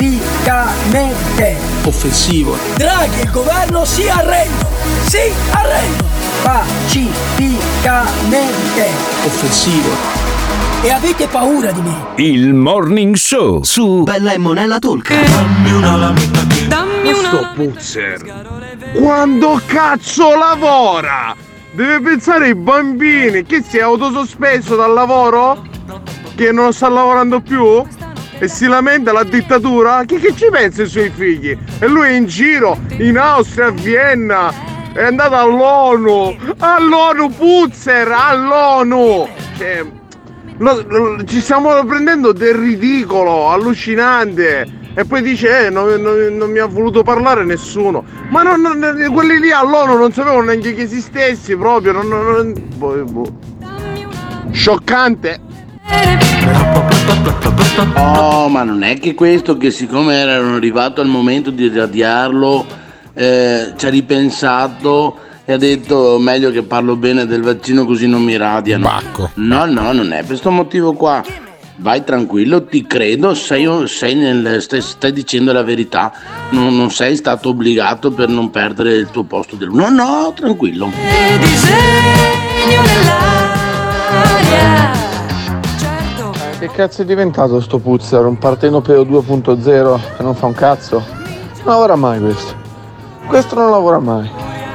Pacificamente. Offensivo. Draghi e il governo si arrendono. Si arrendono. Pacificamente. Offensivo. E avete paura di me? Il Morning Show su Bella e Monella Talk. Dammi una lametta che Dammi una sto puzzer. Quando cazzo lavora? Deve pensare ai bambini. Che si è autosospeso dal lavoro? Che non sta lavorando più? E si lamenta la dittatura? Chi che ci pensa ai suoi figli? E lui è in giro, in Austria, a Vienna. È andato all'ONU. All'ONU Puzzer, all'ONU. Cioè, lo, lo, ci stiamo prendendo del ridicolo, allucinante. E poi dice, eh, non, non, non mi ha voluto parlare nessuno. Ma non, non, quelli lì all'ONU non sapevano neanche che esistessi proprio. Non, non, non, boh, boh. Scioccante. Oh, ma non è che questo, che siccome erano arrivato al momento di radiarlo, eh, ci ha ripensato e ha detto meglio che parlo bene del vaccino così non mi radiano. Bacco. No, no, non è per questo motivo qua. Vai tranquillo, ti credo, sei, sei nel, stai, stai dicendo la verità, non, non sei stato obbligato per non perdere il tuo posto del... No, no, tranquillo. Disegno nell'aria. Che cazzo è diventato sto puzzer? Un partenopeo due punto zero che non fa un cazzo? Non lavora mai questo. Questo non lavora mai.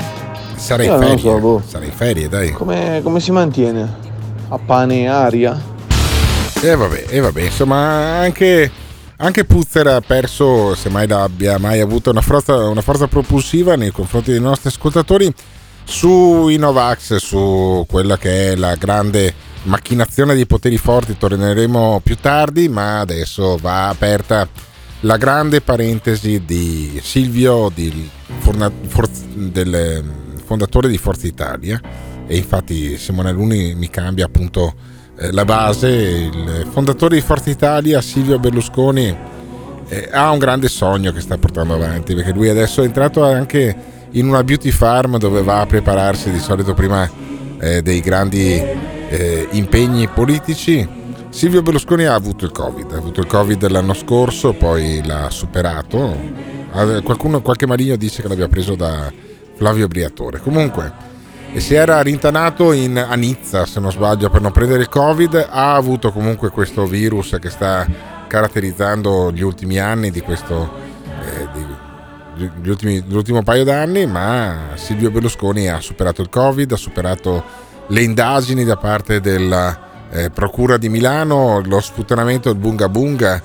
Sarei Io in non ferie, lo so, boh. sarei in ferie, dai. Come, come si mantiene? A pane e aria? E eh, vabbè, e eh, vabbè, insomma, anche, anche Puzzer ha perso, se mai abbia mai avuto una forza, una forza propulsiva nei confronti dei nostri ascoltatori sui Novax, su quella che è la grande macchinazione dei poteri forti. Torneremo più tardi, ma adesso va aperta la grande parentesi di Silvio, di forna, for, del fondatore di Forza Italia, e infatti Simone Alunni mi cambia appunto eh, la base. Il fondatore di Forza Italia, Silvio Berlusconi, eh, ha un grande sogno che sta portando avanti, perché lui adesso è entrato anche in una beauty farm dove va a prepararsi di solito prima eh, dei grandi Eh, impegni politici. Silvio Berlusconi ha avuto il Covid, ha avuto il Covid l'anno scorso, poi l'ha superato. Qualcuno, qualche maligno dice che l'abbia preso da Flavio Briatore. Comunque, e si era rintanato in, a Nizza, se non sbaglio, per non prendere il Covid. Ha avuto comunque questo virus che sta caratterizzando gli ultimi anni di questo eh, di, gli ultimi, l'ultimo paio d'anni, ma Silvio Berlusconi ha superato il Covid, ha superato le indagini da parte della eh, Procura di Milano, lo sputtanamento del bunga bunga,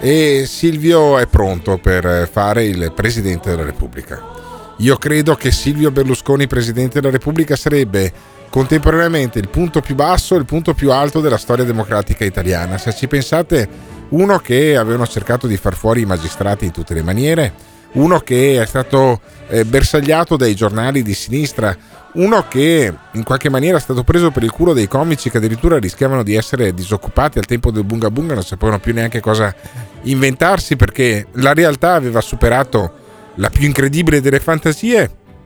e Silvio è pronto per fare il Presidente della Repubblica. Io credo che Silvio Berlusconi Presidente della Repubblica sarebbe contemporaneamente il punto più basso e il punto più alto della storia democratica italiana. Se ci pensate, uno che avevano cercato di far fuori i magistrati in tutte le maniere, uno che è stato eh, bersagliato dai giornali di sinistra, uno che in qualche maniera è stato preso per il culo dei comici che addirittura rischiavano di essere disoccupati al tempo del bunga bunga, non sapevano più neanche cosa inventarsi perché la realtà aveva superato la più incredibile delle fantasie.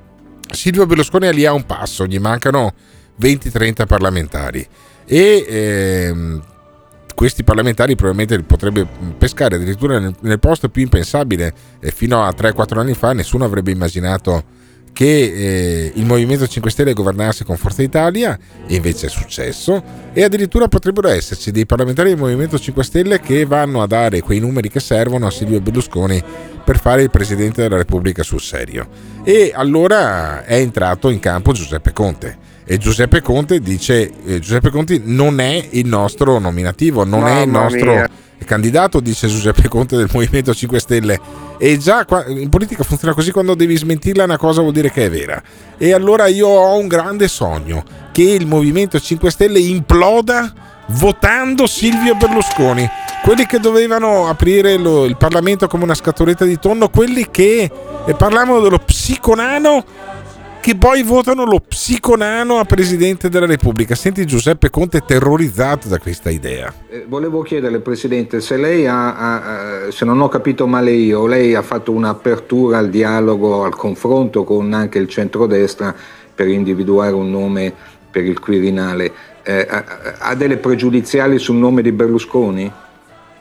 Silvio Berlusconi è lì a un passo, gli mancano venti trenta parlamentari e ehm, questi parlamentari probabilmente li potrebbe pescare addirittura nel, nel posto più impensabile. E fino a tre quattro anni fa nessuno avrebbe immaginato che eh, il Movimento cinque Stelle governasse con Forza Italia, e invece è successo. E addirittura potrebbero esserci dei parlamentari del Movimento cinque Stelle che vanno a dare quei numeri che servono a Silvio Berlusconi per fare il Presidente della Repubblica sul serio. E allora è entrato in campo Giuseppe Conte, e Giuseppe Conte dice eh, Giuseppe Conte non è il nostro nominativo, non Mamma è il nostro mia. candidato, dice Giuseppe Conte del Movimento cinque Stelle. E già qua, in politica funziona così: quando devi smentirla una cosa vuol dire che è vera. E allora io ho un grande sogno: che il Movimento cinque Stelle imploda votando Silvio Berlusconi. Quelli che dovevano aprire lo, il Parlamento come una scatoletta di tonno, quelli che eh, parlavano dello psiconano, che poi votano lo psiconano a Presidente della Repubblica. Senti Giuseppe Conte terrorizzato da questa idea. Eh, volevo chiederle, Presidente, se lei ha, ha, se non ho capito male io, lei ha fatto un'apertura al dialogo, al confronto con anche il centrodestra per individuare un nome per il Quirinale. Eh, ha, ha delle pregiudiziali sul nome di Berlusconi?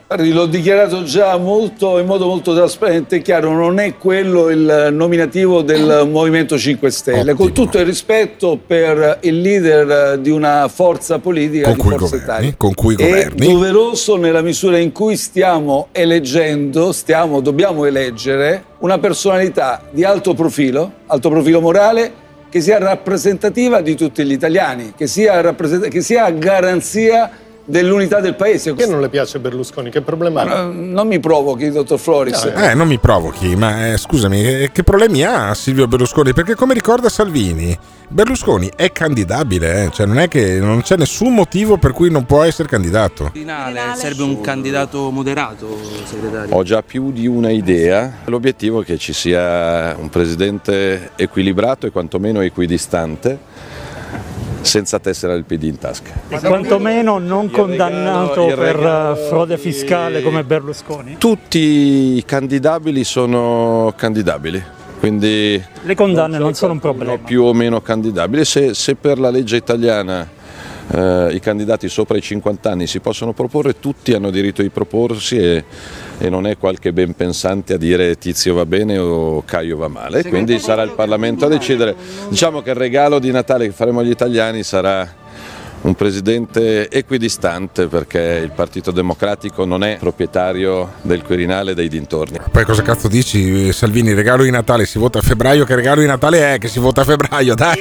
L'ho dichiarato già molto, in modo molto trasparente e chiaro, non è quello il nominativo del Movimento cinque Stelle. Ottimo. Con tutto il rispetto per il leader di una forza politica con di cui Forza governi, Italia. Con cui governi. È doveroso nella misura in cui stiamo eleggendo, stiamo, dobbiamo eleggere una personalità di alto profilo, alto profilo morale, che sia rappresentativa di tutti gli italiani, che sia, rappresent- che sia a garanzia dell'unità del paese. Perché non le piace Berlusconi? Che problema ha? No, non mi provochi, dottor Floris. No, eh, non mi provochi, ma eh, scusami, eh, che problemi ha Silvio Berlusconi? Perché come ricorda Salvini, Berlusconi è candidabile, eh? Cioè non è che non c'è nessun motivo per cui non può essere candidato. Serve un candidato moderato, segretario? Ho già più di una idea. L'obiettivo è che ci sia un presidente equilibrato e quantomeno equidistante, senza tessera del P D in tasca. E quantomeno non condannato per frode fiscale come Berlusconi? Tutti i candidabili sono candidabili, quindi le condanne non sono un problema. Più o meno candidabili. Se, se per la legge italiana eh, i candidati sopra i cinquanta anni si possono proporre, tutti hanno diritto di proporsi e, e non è qualche ben pensante a dire Tizio va bene o Caio va male, quindi sarà il Parlamento a decidere. Diciamo che il regalo di Natale che faremo agli italiani sarà un presidente equidistante, perché il Partito Democratico non è proprietario del Quirinale e dei dintorni. Poi cosa cazzo dici, Salvini? Regalo di Natale si vota a febbraio, che regalo di Natale è che si vota a febbraio? Dai,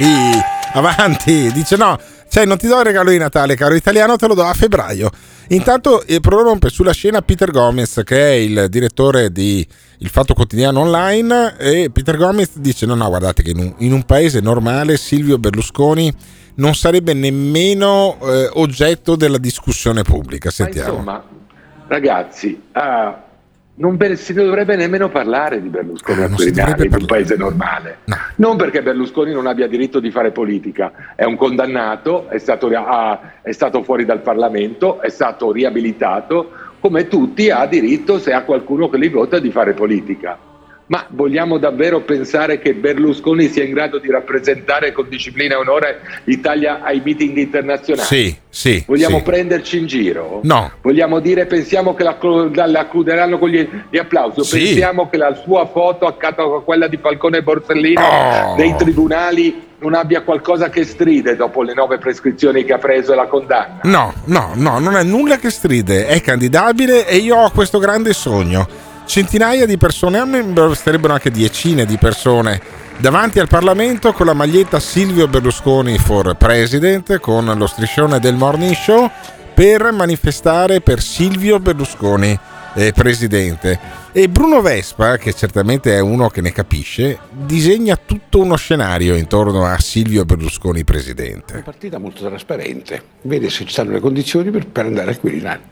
avanti! Dice no, cioè non ti do il regalo di Natale, caro italiano, te lo do a febbraio. Intanto eh, prorompe sulla scena Peter Gomez, che è il direttore di Il Fatto Quotidiano Online, e Peter Gomez dice no no, guardate che in un, in un paese normale Silvio Berlusconi non sarebbe nemmeno eh, oggetto della discussione pubblica. Sentiamo. Ma insomma, ragazzi, uh, non per, si dovrebbe nemmeno parlare di Berlusconi ah, al Quirinale in un paese normale. No. Non perché Berlusconi non abbia diritto di fare politica, è un condannato, è stato, uh, è stato fuori dal Parlamento, è stato riabilitato, come tutti ha diritto, se ha qualcuno che li vota, di fare politica. Ma vogliamo davvero pensare che Berlusconi sia in grado di rappresentare con disciplina e onore l'Italia ai meeting internazionali? Sì, sì. Vogliamo sì. prenderci in giro? No. Vogliamo dire, pensiamo che la, la chiuderanno con gli, gli applausi? Sì. Pensiamo che la sua foto accanto a quella di Falcone e Borsellino oh. dei tribunali non abbia qualcosa che stride dopo le nove prescrizioni che ha preso e la condanna? No, no, no, non è nulla che stride, è candidabile e io ho questo grande sogno. Centinaia di persone, a me basterebbero anche decine di persone davanti al Parlamento con la maglietta Silvio Berlusconi for President, con lo striscione del Morning Show, per manifestare per Silvio Berlusconi eh, Presidente. E Bruno Vespa, che certamente è uno che ne capisce, disegna tutto uno scenario intorno a Silvio Berlusconi Presidente. Una partita molto trasparente, vede se ci stanno le condizioni per, per andare al Quirinale.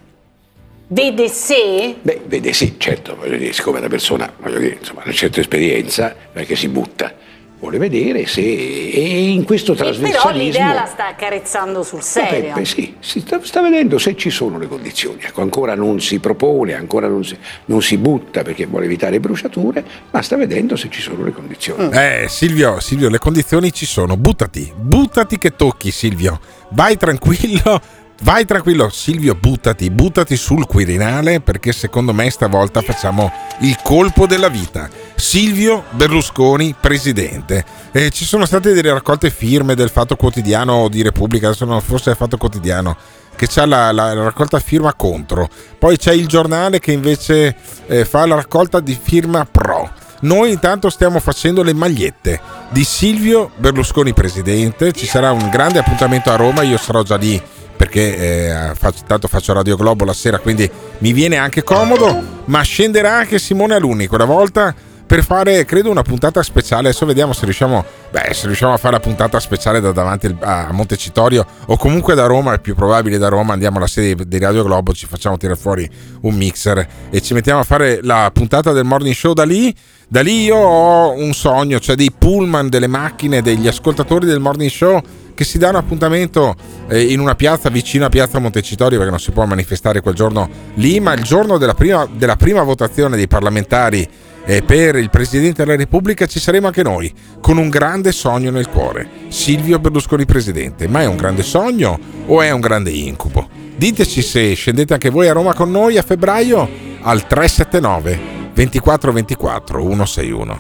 Vede se? Beh, vede sì, certo, voglio dire, siccome la persona, voglio dire, insomma, ha una certa esperienza, non è che si butta, vuole vedere se e in questo trasversalismo... E però l'idea la sta accarezzando sul serio. Beh, beh, sì, si sta, sta vedendo se ci sono le condizioni, ecco, ancora non si propone, ancora non si, non si butta perché vuole evitare bruciature, ma sta vedendo se ci sono le condizioni. Eh, Silvio, Silvio, le condizioni ci sono, buttati, buttati che tocchi, Silvio, vai tranquillo. Vai tranquillo Silvio, buttati, buttati sul Quirinale, perché secondo me stavolta facciamo il colpo della vita. Silvio Berlusconi Presidente. Eh, ci sono state delle raccolte firme del Fatto Quotidiano di Repubblica, adesso non forse è il Fatto Quotidiano, che c'ha la, la, la raccolta firma contro. Poi c'è il Giornale che invece eh, fa la raccolta di firma pro. Noi intanto stiamo facendo le magliette di Silvio Berlusconi Presidente. Ci sarà un grande appuntamento a Roma, io sarò già lì perché eh, faccio, tanto faccio Radio Globo la sera, quindi mi viene anche comodo, ma scenderà anche Simone Alunni quella volta per fare, credo, una puntata speciale. Adesso vediamo se riusciamo, beh, se riusciamo a fare la puntata speciale da davanti a Montecitorio o comunque da Roma, è più probabile da Roma. Andiamo alla sede di Radio Globo, ci facciamo tirare fuori un mixer e ci mettiamo a fare la puntata del Morning Show da lì. Da lì io ho un sogno, cioè dei pullman, delle macchine, degli ascoltatori del Morning Show che si danno appuntamento eh, in una piazza vicino a Piazza Montecitorio, perché non si può manifestare quel giorno lì, ma il giorno della prima, della prima votazione dei parlamentari E per il Presidente della Repubblica ci saremo anche noi, con un grande sogno nel cuore. Silvio Berlusconi Presidente. Ma è un grande sogno o è un grande incubo? Diteci se scendete anche voi a Roma con noi a febbraio al tre sette nove ventiquattro ventiquattro centosessantuno.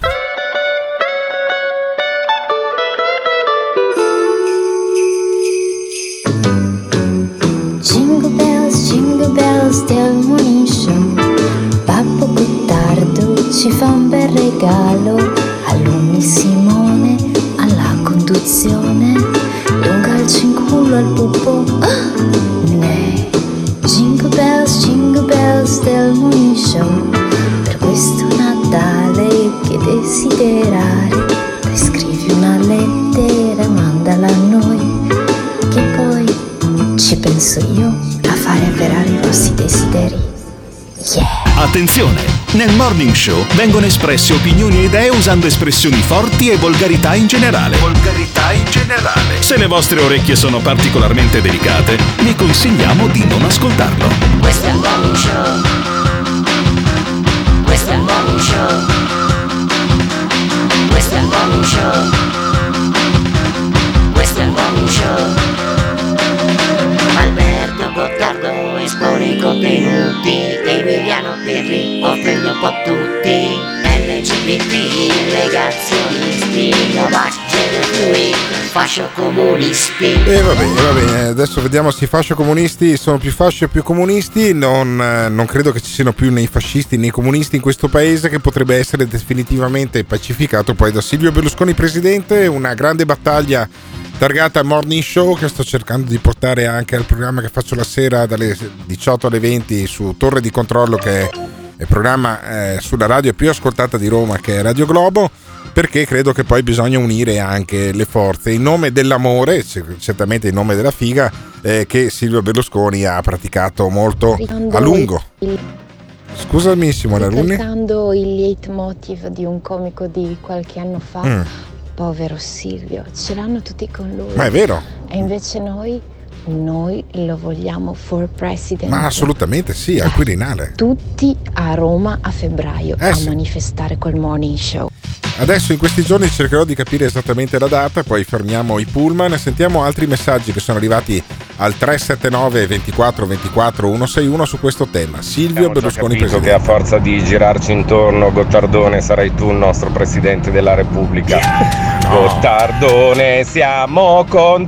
Jingle bells, jingle bells del Morning Show. Babbo Gottardo ci fa un bel regalo. Alunni Simone alla conduzione e un calcio in culo al pupo. Ah, ne. Jingle bells, jingle bells del Morning Show. Per questo Natale che desiderare, poi scrivi una lettera e mandala a noi, che poi ci penso io a fare avverare i vostri desideri. Yeah! Attenzione! Nel Morning Show vengono espresse opinioni e idee usando espressioni forti e volgarità in generale. Volgarità in generale. Se le vostre orecchie sono particolarmente delicate, vi consigliamo di non ascoltarlo. Questo è il Morning Show. Questo è il Morning Show. Questo è il Morning Show. Questo è il Morning Show. Alberto Gottardo espone i contenuti, Emiliano Pirri offende un po' tutti, L G B T, negazionisti, Novak, gender fluid, fascio comunisti. E va bene, va bene, adesso vediamo se i fascio comunisti sono più fasci o più comunisti. Non, non credo che ci siano più né i fascisti né i comunisti in questo paese, che potrebbe essere definitivamente pacificato poi da Silvio Berlusconi Presidente. Una grande battaglia targata Morning Show che sto cercando di portare anche al programma che faccio la sera dalle diciotto alle venti su Torre di Controllo, che è il programma eh, sulla radio più ascoltata di Roma, che è Radio Globo, perché credo che poi bisogna unire anche le forze in nome dell'amore, certamente in nome della figa, eh, che Silvio Berlusconi ha praticato molto a lungo. Scusami Simona Lunni. Ricordando il leitmotiv di un comico di qualche anno fa, mm. povero Silvio, ce l'hanno tutti con lui. Ma è vero. E invece noi, noi lo vogliamo for president. Ma assolutamente sì, al Quirinale. Tutti a Roma a febbraio eh a sì. manifestare col Morning Show. Adesso in questi giorni cercherò di capire esattamente la data, poi fermiamo i pullman e sentiamo altri messaggi che sono arrivati al tre sette nove ventiquattro ventiquattro centosessantuno su questo tema. Silvio Abbiamo Berlusconi già capito Presidente. che a forza di girarci intorno, Gottardone, sarai tu il nostro Presidente della Repubblica. No. Gottardone, siamo con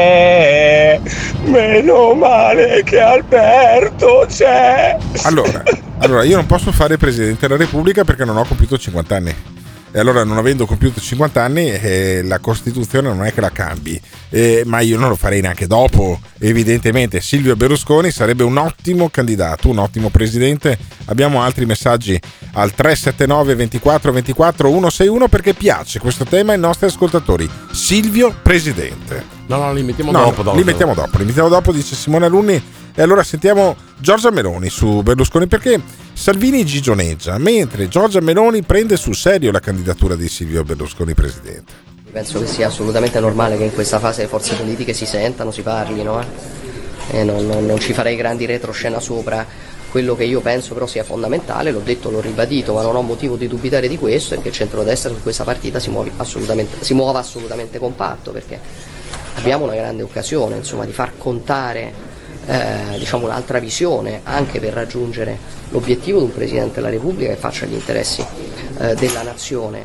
te. Meno male che Alberto c'è. Allora, allora io non posso fare Presidente della Repubblica perché non ho compiuto cinquanta anni. E allora, non avendo compiuto cinquanta anni, eh, la Costituzione non è che la cambi, eh, ma io non lo farei neanche dopo. Evidentemente Silvio Berlusconi sarebbe un ottimo candidato, un ottimo presidente. Abbiamo altri messaggi al tre sette nove ventiquattro ventiquattro centosessantuno perché piace questo tema ai nostri ascoltatori. Silvio Presidente. No, no, li mettiamo no, dopo, dopo. Li mettiamo dopo, li mettiamo dopo, dice Simone Alunni. E allora sentiamo Giorgia Meloni su Berlusconi, perché Salvini gigioneggia, mentre Giorgia Meloni prende sul serio la candidatura di Silvio Berlusconi Presidente. Penso che sia assolutamente normale che in questa fase le forze politiche si sentano, si parlino, eh? E non, non, non ci farei grandi retroscena sopra. Quello che io penso però sia fondamentale, l'ho detto, l'ho ribadito, ma non ho motivo di dubitare di questo, è che il centrodestra su questa partita si, muove assolutamente, si muova assolutamente compatto, perché abbiamo una grande occasione, insomma, di far contare Eh, diciamo un'altra visione anche per raggiungere l'obiettivo di un Presidente della Repubblica che faccia gli interessi eh, della nazione.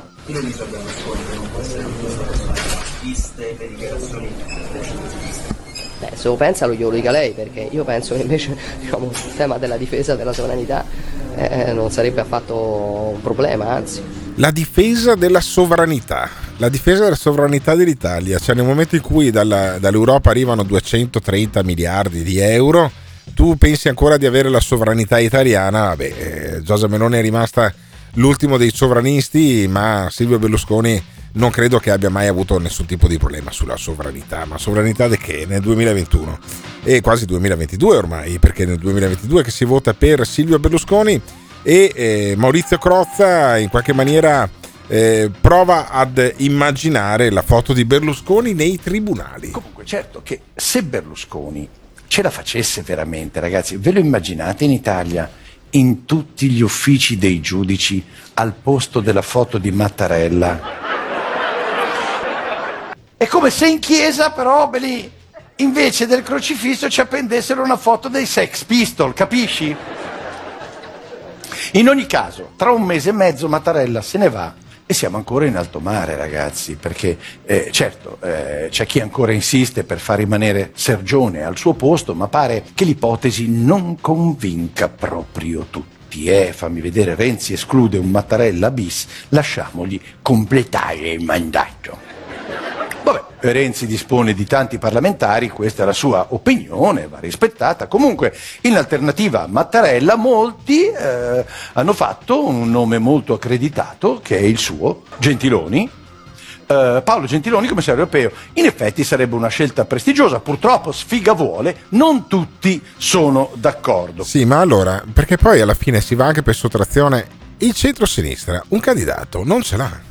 Beh, se lo pensa lo glielo dica lei, perché io penso che invece diciamo, il tema della difesa della sovranità eh, non sarebbe affatto un problema, anzi. La difesa della sovranità, la difesa della sovranità dell'Italia, cioè nel momento in cui dalla, dall'Europa arrivano duecentotrenta miliardi di euro, tu pensi ancora di avere la sovranità italiana? Vabbè, eh, Giorgia Meloni è rimasta l'ultimo dei sovranisti, ma Silvio Berlusconi non credo che abbia mai avuto nessun tipo di problema sulla sovranità. Ma sovranità di che? Nel duemilaventuno e quasi duemilaventidue ormai, perché nel duemilaventidue che si vota per Silvio Berlusconi. E eh, Maurizio Crozza in qualche maniera eh, prova ad immaginare la foto di Berlusconi nei tribunali. Comunque, certo che se Berlusconi ce la facesse veramente, ragazzi, ve lo immaginate in Italia in tutti gli uffici dei giudici al posto della foto di Mattarella. È come se in chiesa però, beh, lì, invece del crocifisso ci appendessero una foto dei Sex Pistol, capisci? In ogni caso, tra un mese e mezzo Mattarella se ne va e siamo ancora in alto mare, ragazzi, perché eh, certo eh, c'è chi ancora insiste per far rimanere Sergione al suo posto, ma pare che l'ipotesi non convinca proprio tutti. Eh, fammi vedere, Renzi esclude un Mattarella bis, lasciamogli completare il mandato. Vabbè, Renzi dispone di tanti parlamentari, questa è la sua opinione, va rispettata. Comunque, in alternativa a Mattarella, molti eh, hanno fatto un nome molto accreditato, che è il suo, Gentiloni. Eh, Paolo Gentiloni, commissario europeo. In effetti sarebbe una scelta prestigiosa, purtroppo sfiga vuole, non tutti sono d'accordo. Sì, ma allora, perché poi alla fine si va anche per sottrazione, il centro-sinistra, un candidato, non ce l'ha.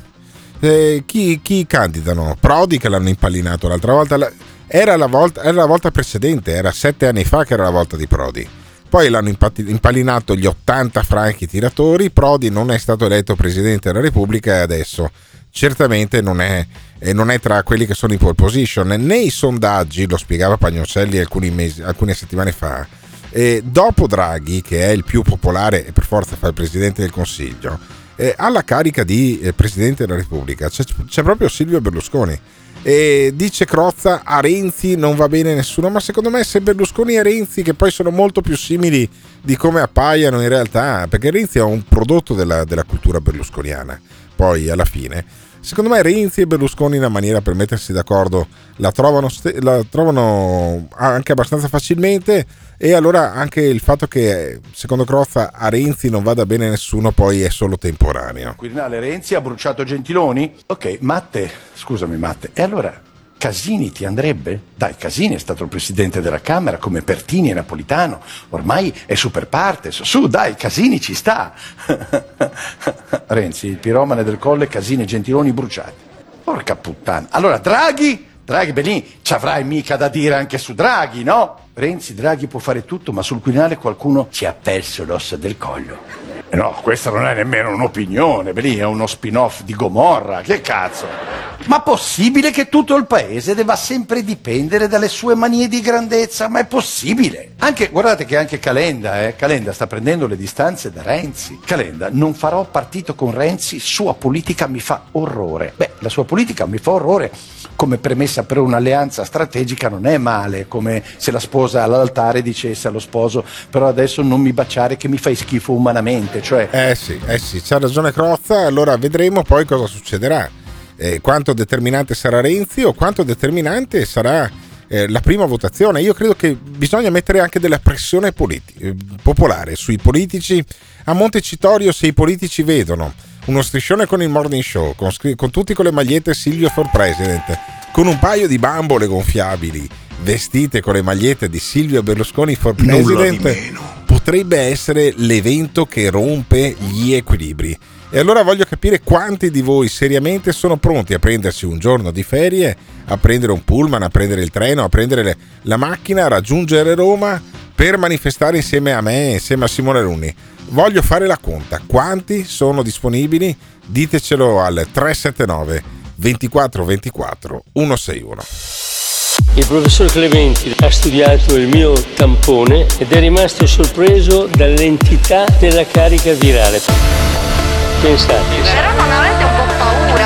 Eh, chi, chi candidano? Prodi, che l'hanno impallinato l'altra volta, la, era, la volta era la volta precedente, era sette anni fa che era la volta di Prodi, poi l'hanno impatti, impallinato gli ottanta franchi tiratori. Prodi non è stato eletto Presidente della Repubblica e adesso certamente non è, eh, non è tra quelli che sono in pole position. Nei sondaggi, lo spiegava Pagnoncelli alcuni mesi, alcune settimane fa, eh, dopo Draghi, che è il più popolare e per forza fa il Presidente del Consiglio, Eh, alla carica di eh, Presidente della Repubblica c'è, c'è proprio Silvio Berlusconi. E dice Crozza, a Renzi non va bene nessuno, ma secondo me se Berlusconi e Renzi, che poi sono molto più simili di come appaiano in realtà, perché Renzi è un prodotto della, della cultura berlusconiana, poi alla fine secondo me Renzi e Berlusconi una maniera per mettersi d'accordo la trovano, la trovano anche abbastanza facilmente. E allora anche il fatto che secondo Crozza a Renzi non vada bene nessuno poi è solo temporaneo. Quirinale, Renzi ha bruciato Gentiloni? Ok, Matte, scusami Matte, e allora Casini ti andrebbe? Dai, Casini è stato il presidente della Camera come Pertini e Napolitano, ormai è super partes, su dai, Casini ci sta. Renzi, il piromane del Colle, Casini e Gentiloni bruciati. Porca puttana. Allora Draghi? Draghi, Benì, ci avrai mica da dire anche su Draghi, no? Renzi, Draghi può fare tutto, ma sul Quirinale qualcuno ci ha perso l'ossa del collo. Eh no, questa non è nemmeno un'opinione, Benì, è uno spin-off di Gomorra, che cazzo? Ma possibile che tutto il paese debba sempre dipendere dalle sue manie di grandezza? Ma è possibile? Anche, guardate che anche Calenda, eh, Calenda sta prendendo le distanze da Renzi. Calenda, non farò partito con Renzi, sua politica mi fa orrore. Beh, la sua politica mi fa orrore come premessa per un'alleanza strategica non è male, come se la sposa all'altare dicesse allo sposo però adesso non mi baciare che mi fai schifo umanamente, cioè... Eh sì, eh sì, c'ha ragione Crozza, allora vedremo poi cosa succederà, eh, quanto determinante sarà Renzi o quanto determinante sarà eh, la prima votazione. Io credo che bisogna mettere anche della pressione politi- popolare sui politici. A Montecitorio, se i politici vedono uno striscione con il morning show, con, con tutti con le magliette Silvio for President, con un paio di bambole gonfiabili vestite con le magliette di Silvio Berlusconi for President, potrebbe essere l'evento che rompe gli equilibri. E allora voglio capire quanti di voi seriamente sono pronti a prendersi un giorno di ferie, a prendere un pullman, a prendere il treno, a prendere le, la macchina, a raggiungere Roma per manifestare insieme a me e insieme a Simone Runni. Voglio fare la conta. Quanti sono disponibili? Ditecelo al tre sette nove ventiquattro ventiquattro centosessantuno. Il professor Clementi ha studiato il mio tampone ed è rimasto sorpreso dall'entità della carica virale. Pensate. Però non avete un po' paura.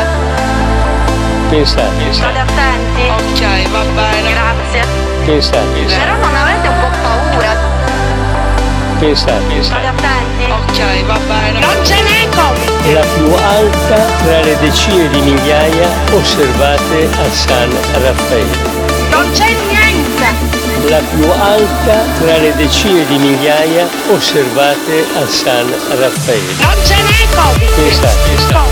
Pensate. State attenti. Ok, va bene. Grazie. Pensate. Però non avete un po' paura. Pensate. State attenti. Ok, va bene. Non ce n'è Covid. La più alta tra le decine di migliaia osservate a San Raffaele. Non c'è niente. La più alta tra le decine di migliaia osservate a San Raffaele. Non ce n'è Covid. Pensate.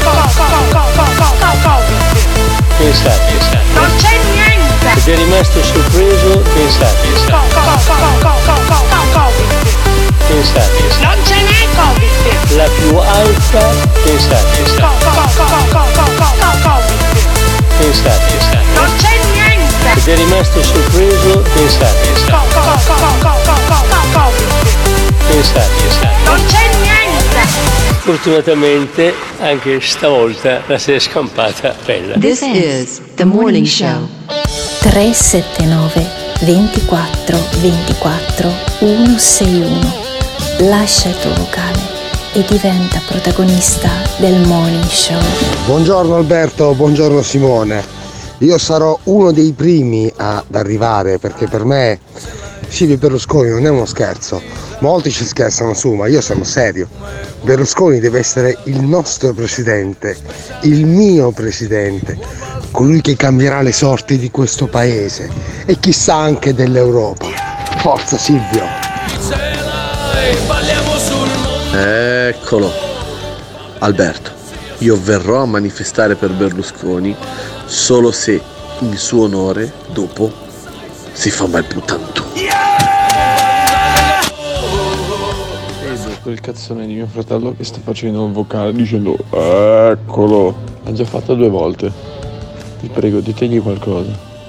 Pensate. Non c'è niente. Ed è rimasto sorpreso, pensate. Pensate. Non ce n'è Covid. La più alta, pensate. Pensate. Non c'è niente. Ed è rimasto sorpreso, pensate. Covid. Pensate. Pensate, pensate. Non c'è niente! Fortunatamente anche stavolta la si è scampata bella. This is the morning show. tre sette nove ventiquattro ventiquattro centosessantuno. Lascia il tuo vocale e diventa protagonista del morning show. Buongiorno Alberto, buongiorno Simone. Io sarò uno dei primi ad arrivare, perché per me Silvio Berlusconi non è uno scherzo. Molti ci scherzano su, ma io sono serio. Berlusconi deve essere il nostro presidente, il mio presidente, colui che cambierà le sorti di questo paese e chissà anche dell'Europa. Forza Silvio! Eccolo, Alberto, io verrò a manifestare per Berlusconi solo se in suo onore dopo si fa mal putanto. Quel cazzone di mio fratello che sta facendo un vocale dicendo eccolo, l'ha già fatto due volte, ti prego ditegli qualcosa.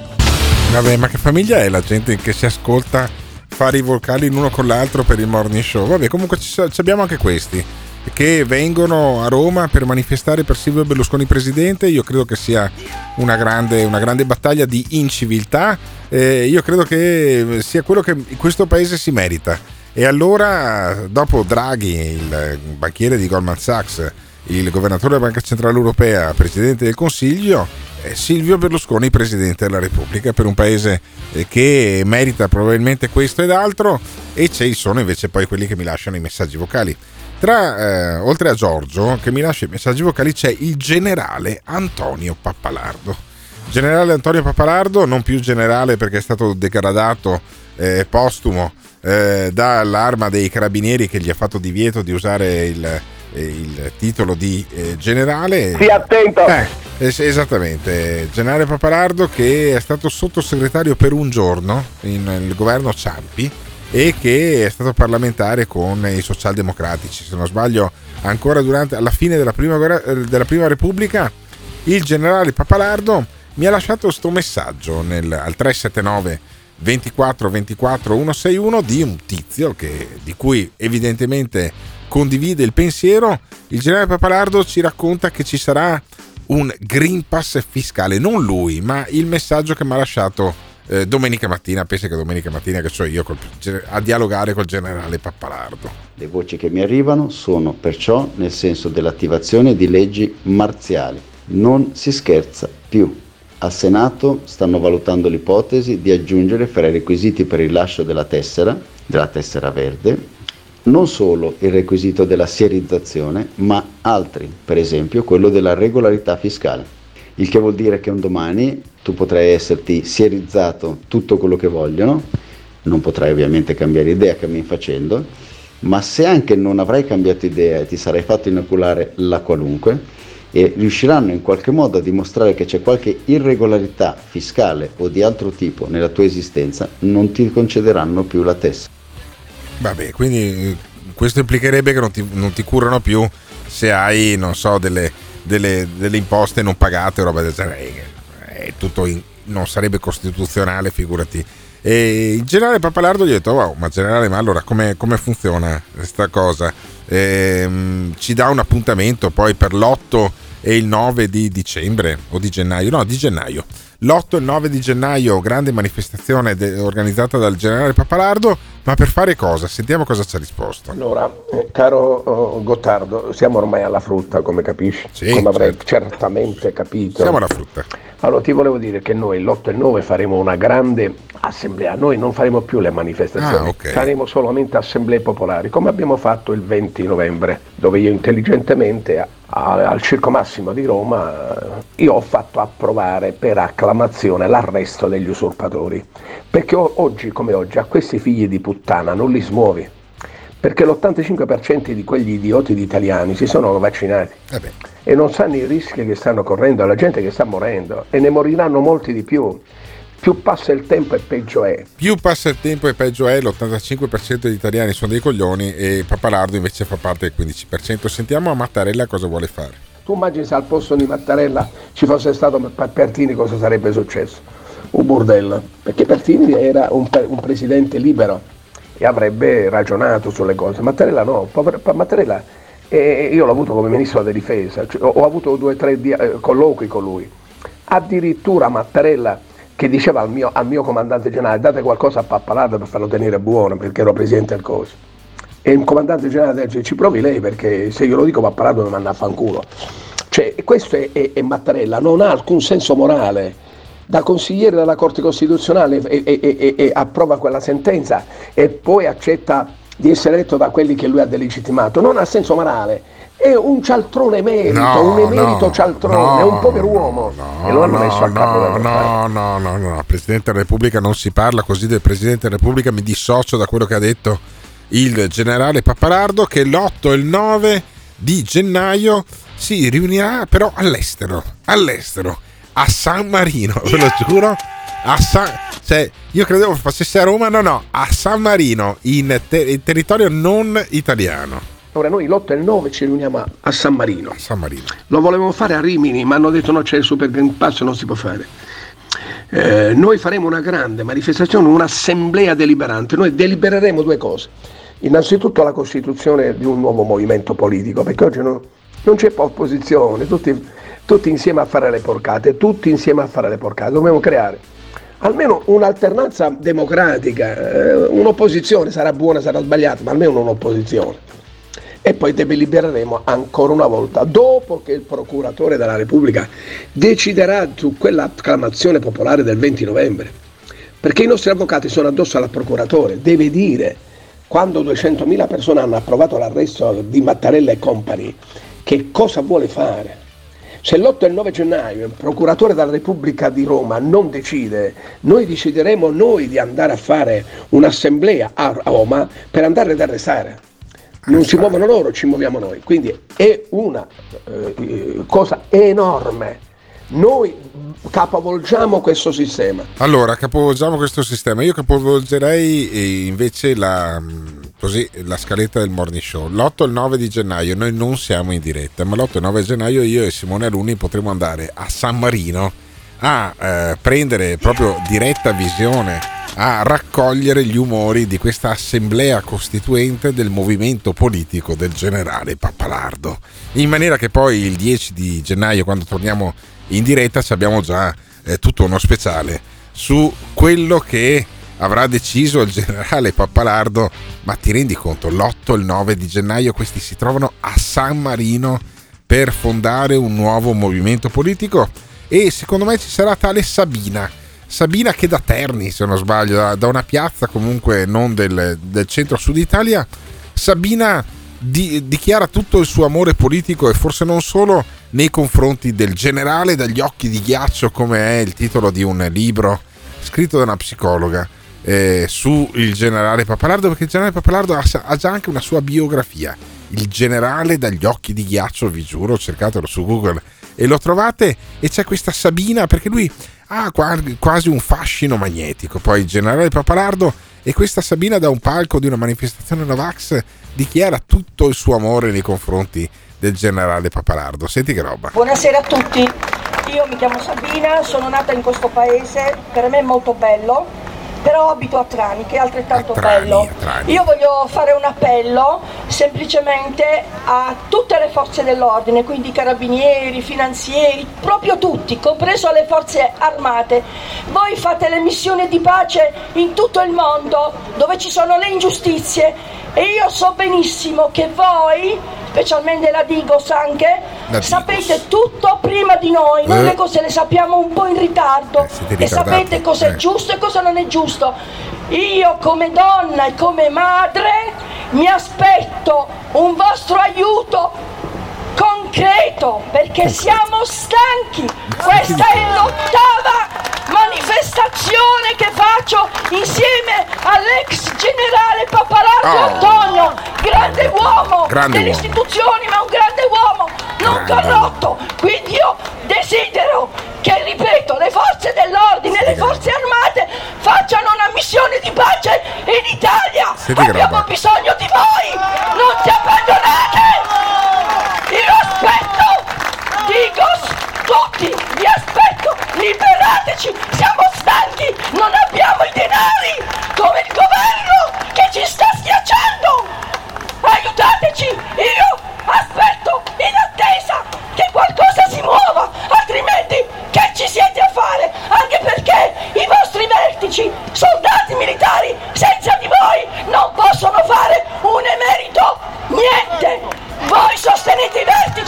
Vabbè, ma che famiglia è la gente che si ascolta fare i vocali l'uno con l'altro per il morning show? Vabbè, comunque ci, ci abbiamo anche questi che vengono a Roma per manifestare per Silvio Berlusconi presidente. Io credo che sia una grande, una grande battaglia di inciviltà, eh, io credo che sia quello che questo paese si merita. E allora, dopo Draghi, il banchiere di Goldman Sachs, il governatore della Banca Centrale Europea, presidente del Consiglio, eh, Silvio Berlusconi presidente della Repubblica, per un paese eh, che merita probabilmente questo ed altro. E ci sono invece poi quelli che mi lasciano i messaggi vocali. Tra, eh, oltre a Giorgio che mi lascia i messaggi vocali, c'è il generale Antonio Pappalardo. Generale Antonio Pappalardo, non più generale perché è stato degradato eh, postumo eh, dall'arma dei carabinieri che gli ha fatto divieto di usare il, eh, il titolo di eh, generale. Stia attento! Eh, es- esattamente, generale Pappalardo, che è stato sottosegretario per un giorno in, nel governo Ciampi e che è stato parlamentare con i socialdemocratici, se non sbaglio ancora durante, alla fine della prima, della prima Repubblica. Il generale Pappalardo mi ha lasciato sto messaggio nel, al tre sette nove ventiquattro ventiquattro centosessantuno di un tizio che, di cui evidentemente condivide il pensiero. Il generale Pappalardo ci racconta che ci sarà un Green Pass fiscale, non lui, ma il messaggio che mi ha lasciato eh, domenica mattina. Pensa che domenica mattina che sono io col, a dialogare col generale Pappalardo. Le voci che mi arrivano sono perciò nel senso dell'attivazione di leggi marziali. Non si scherza più. Al Senato stanno valutando l'ipotesi di aggiungere fra i requisiti per il rilascio della tessera, della tessera verde, non solo il requisito della sierizzazione, ma altri, per esempio quello della regolarità fiscale. Il che vuol dire che un domani tu potrai esserti sierizzato tutto quello che vogliono, non potrai ovviamente cambiare idea cammin facendo, ma se anche non avrai cambiato idea e ti sarai fatto inoculare la qualunque, e riusciranno in qualche modo a dimostrare che c'è qualche irregolarità fiscale o di altro tipo nella tua esistenza, non ti concederanno più la tessera. Vabbè, quindi questo implicherebbe che non ti, non ti curano più se hai, non so, delle, delle, delle imposte non pagate o roba del genere. È tutto in, non sarebbe costituzionale, figurati. E il generale Pappalardo gli ha detto: wow, ma generale, ma allora come, come funziona questa cosa? Ehm, ci dà un appuntamento poi per l'otto e il nove di dicembre o di gennaio, no di gennaio, l'otto e il nove di gennaio, grande manifestazione de- organizzata dal generale Pappalardo. Ma per fare cosa? Sentiamo cosa ci ha risposto. Allora, eh, caro oh, Gottardo, siamo ormai alla frutta, come capisci, sì, come avrai certo. certamente capito. Siamo alla frutta. Allora ti volevo dire che noi l'otto e il nove faremo una grande assemblea, noi non faremo più le manifestazioni, ah, okay. faremo solamente assemblee popolari, come abbiamo fatto il venti novembre, dove io intelligentemente a, a, al Circo Massimo di Roma io ho fatto approvare per acclamazione l'arresto degli usurpatori, perché o, oggi come oggi a questi figli di puttana non li smuovi, perché l'ottantacinque per cento di quegli idioti di italiani si sono vaccinati eh beh. e non sanno i rischi che stanno correndo, la gente che sta morendo, e ne moriranno molti di più. Più passa il tempo e peggio è. Più passa il tempo e peggio è. L'ottantacinque per cento degli italiani sono dei coglioni e Pappalardo invece fa parte del quindici per cento. Sentiamo a Mattarella cosa vuole fare. Tu immagini se al posto di Mattarella ci fosse stato Pertini, cosa sarebbe successo? Un bordello, perché Pertini era un, un presidente libero e avrebbe ragionato sulle cose. Mattarella no, Mattarella eh, io l'ho avuto come ministro della difesa, cioè, ho avuto due o tre dia- colloqui con lui, addirittura Mattarella che diceva al mio, al mio comandante generale: date qualcosa a Pappalardo per farlo tenere buono, perché ero presidente del Cosi. E il comandante generale dice: ci provi lei, perché se io lo dico Pappalardo mi manda a fanculo. Cioè, questo è, è, è Mattarella, non ha alcun senso morale. Da consigliere della Corte Costituzionale e, e, e, e approva quella sentenza e poi accetta di essere eletto da quelli che lui ha delegittimato. Non ha senso morale, è un cialtrone emerito, no, un emerito no, cialtrone, no, è un pover'uomo no, e lo hanno no, messo a capo no, della no, no, no, no, Presidente della Repubblica, non si parla così del Presidente della Repubblica. Mi dissocio da quello che ha detto il generale Pappalardo, che l'otto e il nove di gennaio si riunirà però all'estero, all'estero. A San Marino, ve lo giuro, a San, cioè io credevo facesse a Roma, no no, a San Marino, in, te, in territorio non italiano. Ora noi l'otto e il nove ci riuniamo a, a San Marino. A San Marino. Lo volevamo fare a Rimini, ma hanno detto no, c'è il Super Green Pass, non si può fare. Eh, noi faremo una grande manifestazione, un'assemblea deliberante. Noi delibereremo due cose. Innanzitutto la costituzione di un nuovo movimento politico, perché oggi no, non c'è opposizione, tutti... tutti insieme a fare le porcate, tutti insieme a fare le porcate, dobbiamo creare almeno un'alternanza democratica, eh, un'opposizione, sarà buona, sarà sbagliata, ma almeno un'opposizione. E poi delibereremo ancora una volta, dopo che il procuratore della Repubblica deciderà su quell'acclamazione popolare del venti novembre, perché i nostri avvocati sono addosso al procuratore, deve dire, quando duecentomila persone hanno approvato l'arresto di Mattarella e compagni, che cosa vuole fare. Se l'otto e il nove gennaio il procuratore della Repubblica di Roma non decide, noi decideremo noi di andare a fare un'assemblea a Roma per andare ad arrestare. Non si muovono loro, ci muoviamo noi. Quindi è una eh, cosa enorme. Noi capovolgiamo questo sistema. Allora, capovolgiamo questo sistema. Io capovolgerei invece la, così, la scaletta del morning show. L'otto e il nove di gennaio noi non siamo in diretta, ma l'otto e il nove gennaio io e Simone Alunni potremo andare a San Marino a eh, prendere proprio diretta visione, a raccogliere gli umori di questa assemblea costituente del movimento politico del generale Pappalardo, in maniera che poi il dieci di gennaio, quando torniamo in diretta, ci abbiamo già eh, tutto uno speciale su quello che avrà deciso il generale Pappalardo. Ma ti rendi conto, l'otto e il nove di gennaio questi si trovano a San Marino per fondare un nuovo movimento politico, e secondo me ci sarà tale Sabina Sabina che da Terni, se non sbaglio, da, da una piazza comunque non del, del centro-sud Italia, Sabina di, dichiara tutto il suo amore politico, e forse non solo nei confronti del generale dagli occhi di ghiaccio, come è il titolo di un libro scritto da una psicologa eh, su il generale Pappalardo, perché il generale Pappalardo ha, ha già anche una sua biografia, il generale dagli occhi di ghiaccio, vi giuro, cercatelo su Google e lo trovate. E c'è questa Sabina, perché lui ha quasi un fascino magnetico, poi il generale Pappalardo, e questa Sabina da un palco di una manifestazione Novax dichiara tutto il suo amore nei confronti del generale Pappalardo. Senti che roba. Buonasera a tutti, io mi chiamo Sabina, sono nata in questo paese, per me è molto bello, però abito a Trani, che è altrettanto a Trani, bello. A Trani. Io voglio fare un appello semplicemente a tutte le forze dell'ordine, quindi carabinieri, finanzieri, proprio tutti, compreso le forze armate. Voi fate le missioni di pace in tutto il mondo dove ci sono le ingiustizie, e io so benissimo che voi, specialmente la Digos anche, la sapete Digos. tutto prima di noi, noi eh. le cose le sappiamo un po' in ritardo eh, e sapete cosa è eh. giusto e cosa non è giusto. Io come donna e come madre mi aspetto un vostro aiuto concreto, perché siamo stanchi. Questa è l'ottava manifestazione che faccio insieme all'ex generale Pappalardo oh. Antonio, grande uomo grande delle uomo. istituzioni, ma un grande uomo, non grande. corrotto. Quindi io desidero che, ripeto, le forze dell'ordine e le forze armate facciano una missione di pace in Italia. Senti Abbiamo bisogno di voi, non ti abbandonate. Io aspetto, Digos, tutti, vi aspetto, liberateci, siamo stanchi, non abbiamo i denari come il governo che ci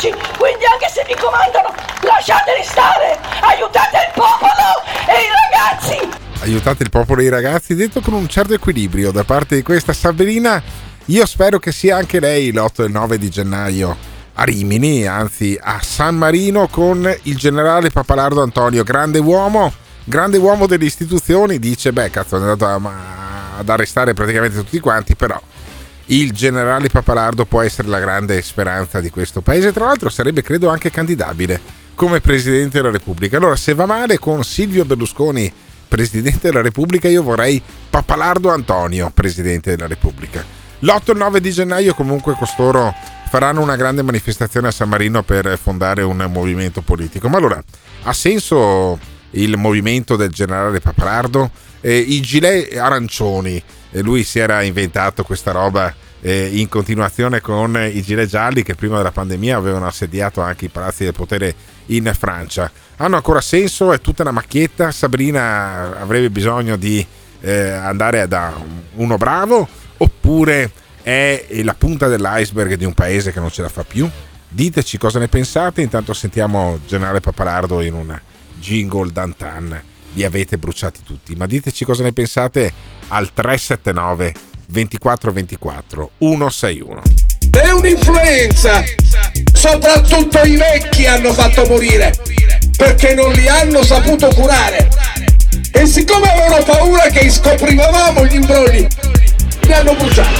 nemici, quindi anche se vi comandano lasciateli stare, aiutate il popolo e i ragazzi. Aiutate il popolo e i ragazzi, detto con un certo equilibrio da parte di questa Sabrina. Io spero che sia anche lei l'otto e il nove di gennaio a Rimini, anzi a San Marino, con il generale Pappalardo Antonio, grande uomo, grande uomo delle istituzioni. Dice, beh cazzo, è andato a, ad arrestare praticamente tutti quanti, però il generale Pappalardo può essere la grande speranza di questo paese. Tra l'altro sarebbe, credo, anche candidabile come Presidente della Repubblica. Allora, se va male con Silvio Berlusconi Presidente della Repubblica, io vorrei Pappalardo Antonio Presidente della Repubblica. L'otto e il nove di gennaio comunque costoro faranno una grande manifestazione a San Marino per fondare un movimento politico. Ma allora, ha senso il movimento del generale Pappalardo? Eh, I gilet arancioni, eh, lui si era inventato questa roba eh, in continuazione con i gilet gialli che prima della pandemia avevano assediato anche i palazzi del potere in Francia. Hanno ancora senso? È tutta una macchietta? Sabrina avrebbe bisogno di eh, andare da uno bravo, oppure è la punta dell'iceberg di un paese che non ce la fa più? Diteci cosa ne pensate. Intanto sentiamo generale Pappalardo in una jingle d'antan, li avete bruciati tutti, ma diteci cosa ne pensate al tre sette nove ventiquattro ventiquattro centosessantuno. È un'influenza, soprattutto i vecchi hanno fatto morire perché non li hanno saputo curare, e siccome avevano paura che scoprivamo gli imbrogli, li hanno bruciati.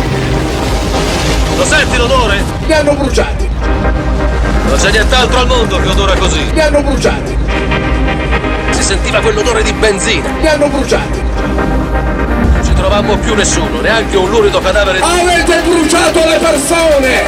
Lo senti l'odore? Li hanno bruciati. Non c'è nient'altro al mondo che odora così. Li hanno bruciati. Si sentiva quell'odore di benzina. Li hanno bruciati. Non ci trovammo più nessuno, neanche un lurido cadavere. Avete bruciato le persone,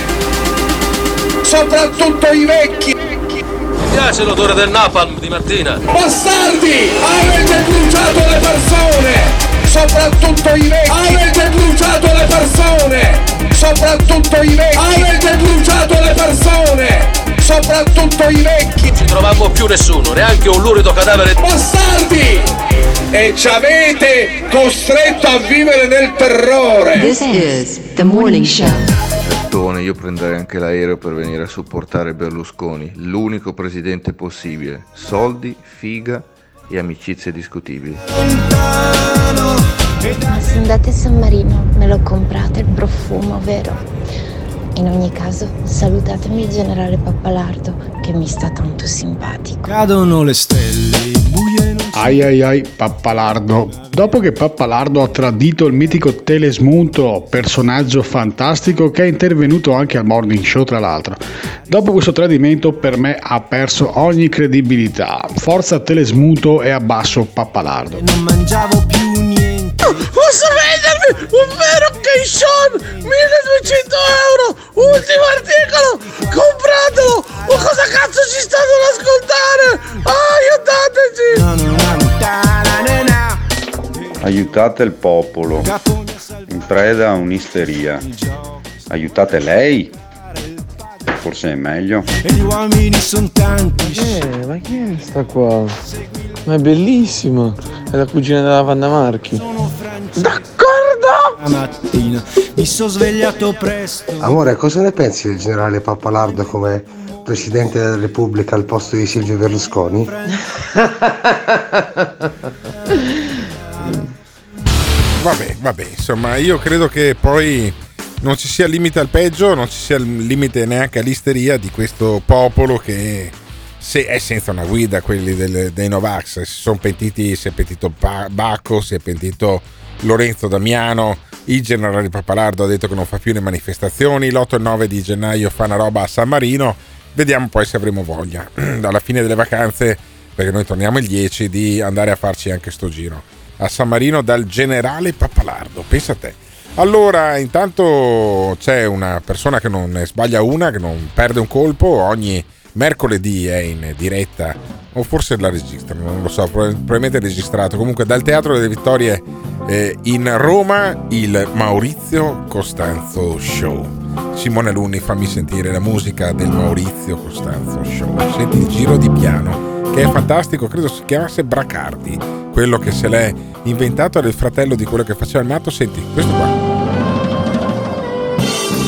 soprattutto i vecchi. Mi piace l'odore del napalm di mattina. Bastardi, avete bruciato le persone, soprattutto i vecchi. Avete bruciato le persone, soprattutto i vecchi. Avete bruciato le persone, soprattutto i vecchi. Non ci trovammo più nessuno, neanche un lurido cadavere. Bastardi! E ci avete costretto a vivere nel terrore. This is the morning show. Io prenderei anche l'aereo per venire a supportare Berlusconi, l'unico presidente possibile. Soldi, figa e amicizie discutibili. Ma se andate a San Marino me lo comprate il profumo, vero? In ogni caso, salutatemi il generale Pappalardo, che mi sta tanto simpatico. Cadono le stelle, buie non... Ai ai ai, Pappalardo. Dopo che Pappalardo ha tradito il mitico Telesmunto, personaggio fantastico che è intervenuto anche al Morning Show tra l'altro, dopo questo tradimento per me ha perso ogni credibilità. Forza Telesmunto e abbasso Pappalardo. Non mangiavo più niente. Posso vendermi un vero Keishon? milleduecento euro! Ultimo articolo! Compratelo! Ma cosa cazzo ci state ad ascoltare? Aiutateci! Aiutate il popolo in preda a un'isteria. Aiutate lei? Forse è meglio. E gli uomini sono tanti. Eh, ma chi è sta qua? Ma è bellissima. È la cugina della Vanna Marchi. D'accordo! La mattina mi sono svegliato presto. Amore, cosa ne pensi del generale Pappalardo come Presidente della Repubblica al posto di Silvio Berlusconi? Vabbè, vabbè, insomma, io credo che poi non ci sia limite al peggio, non ci sia limite neanche all'isteria di questo popolo che se è senza una guida, quelli del, dei Novax. Si sono pentiti, si è pentito Bacco, si è pentito Lorenzo Damiano, il generale Pappalardo ha detto che non fa più le manifestazioni, l'otto e il nove di gennaio fa una roba a San Marino, vediamo poi se avremo voglia alla fine delle vacanze, perché noi torniamo il dieci, di andare a farci anche sto giro a San Marino dal generale Pappalardo, pensa a te. Allora, intanto c'è una persona che non ne sbaglia una, che non perde un colpo, ogni mercoledì è in diretta, o forse la registra, non lo so, probabilmente è registrato, comunque dal Teatro delle Vittorie eh, in Roma, il Maurizio Costanzo Show. Simone Lunni, fammi sentire la musica del Maurizio Costanzo Show. Senti il giro di piano, che è fantastico, credo si chiamasse Bracardi, quello che se l'è inventato, era il fratello di quello che faceva il matto. Senti, questo qua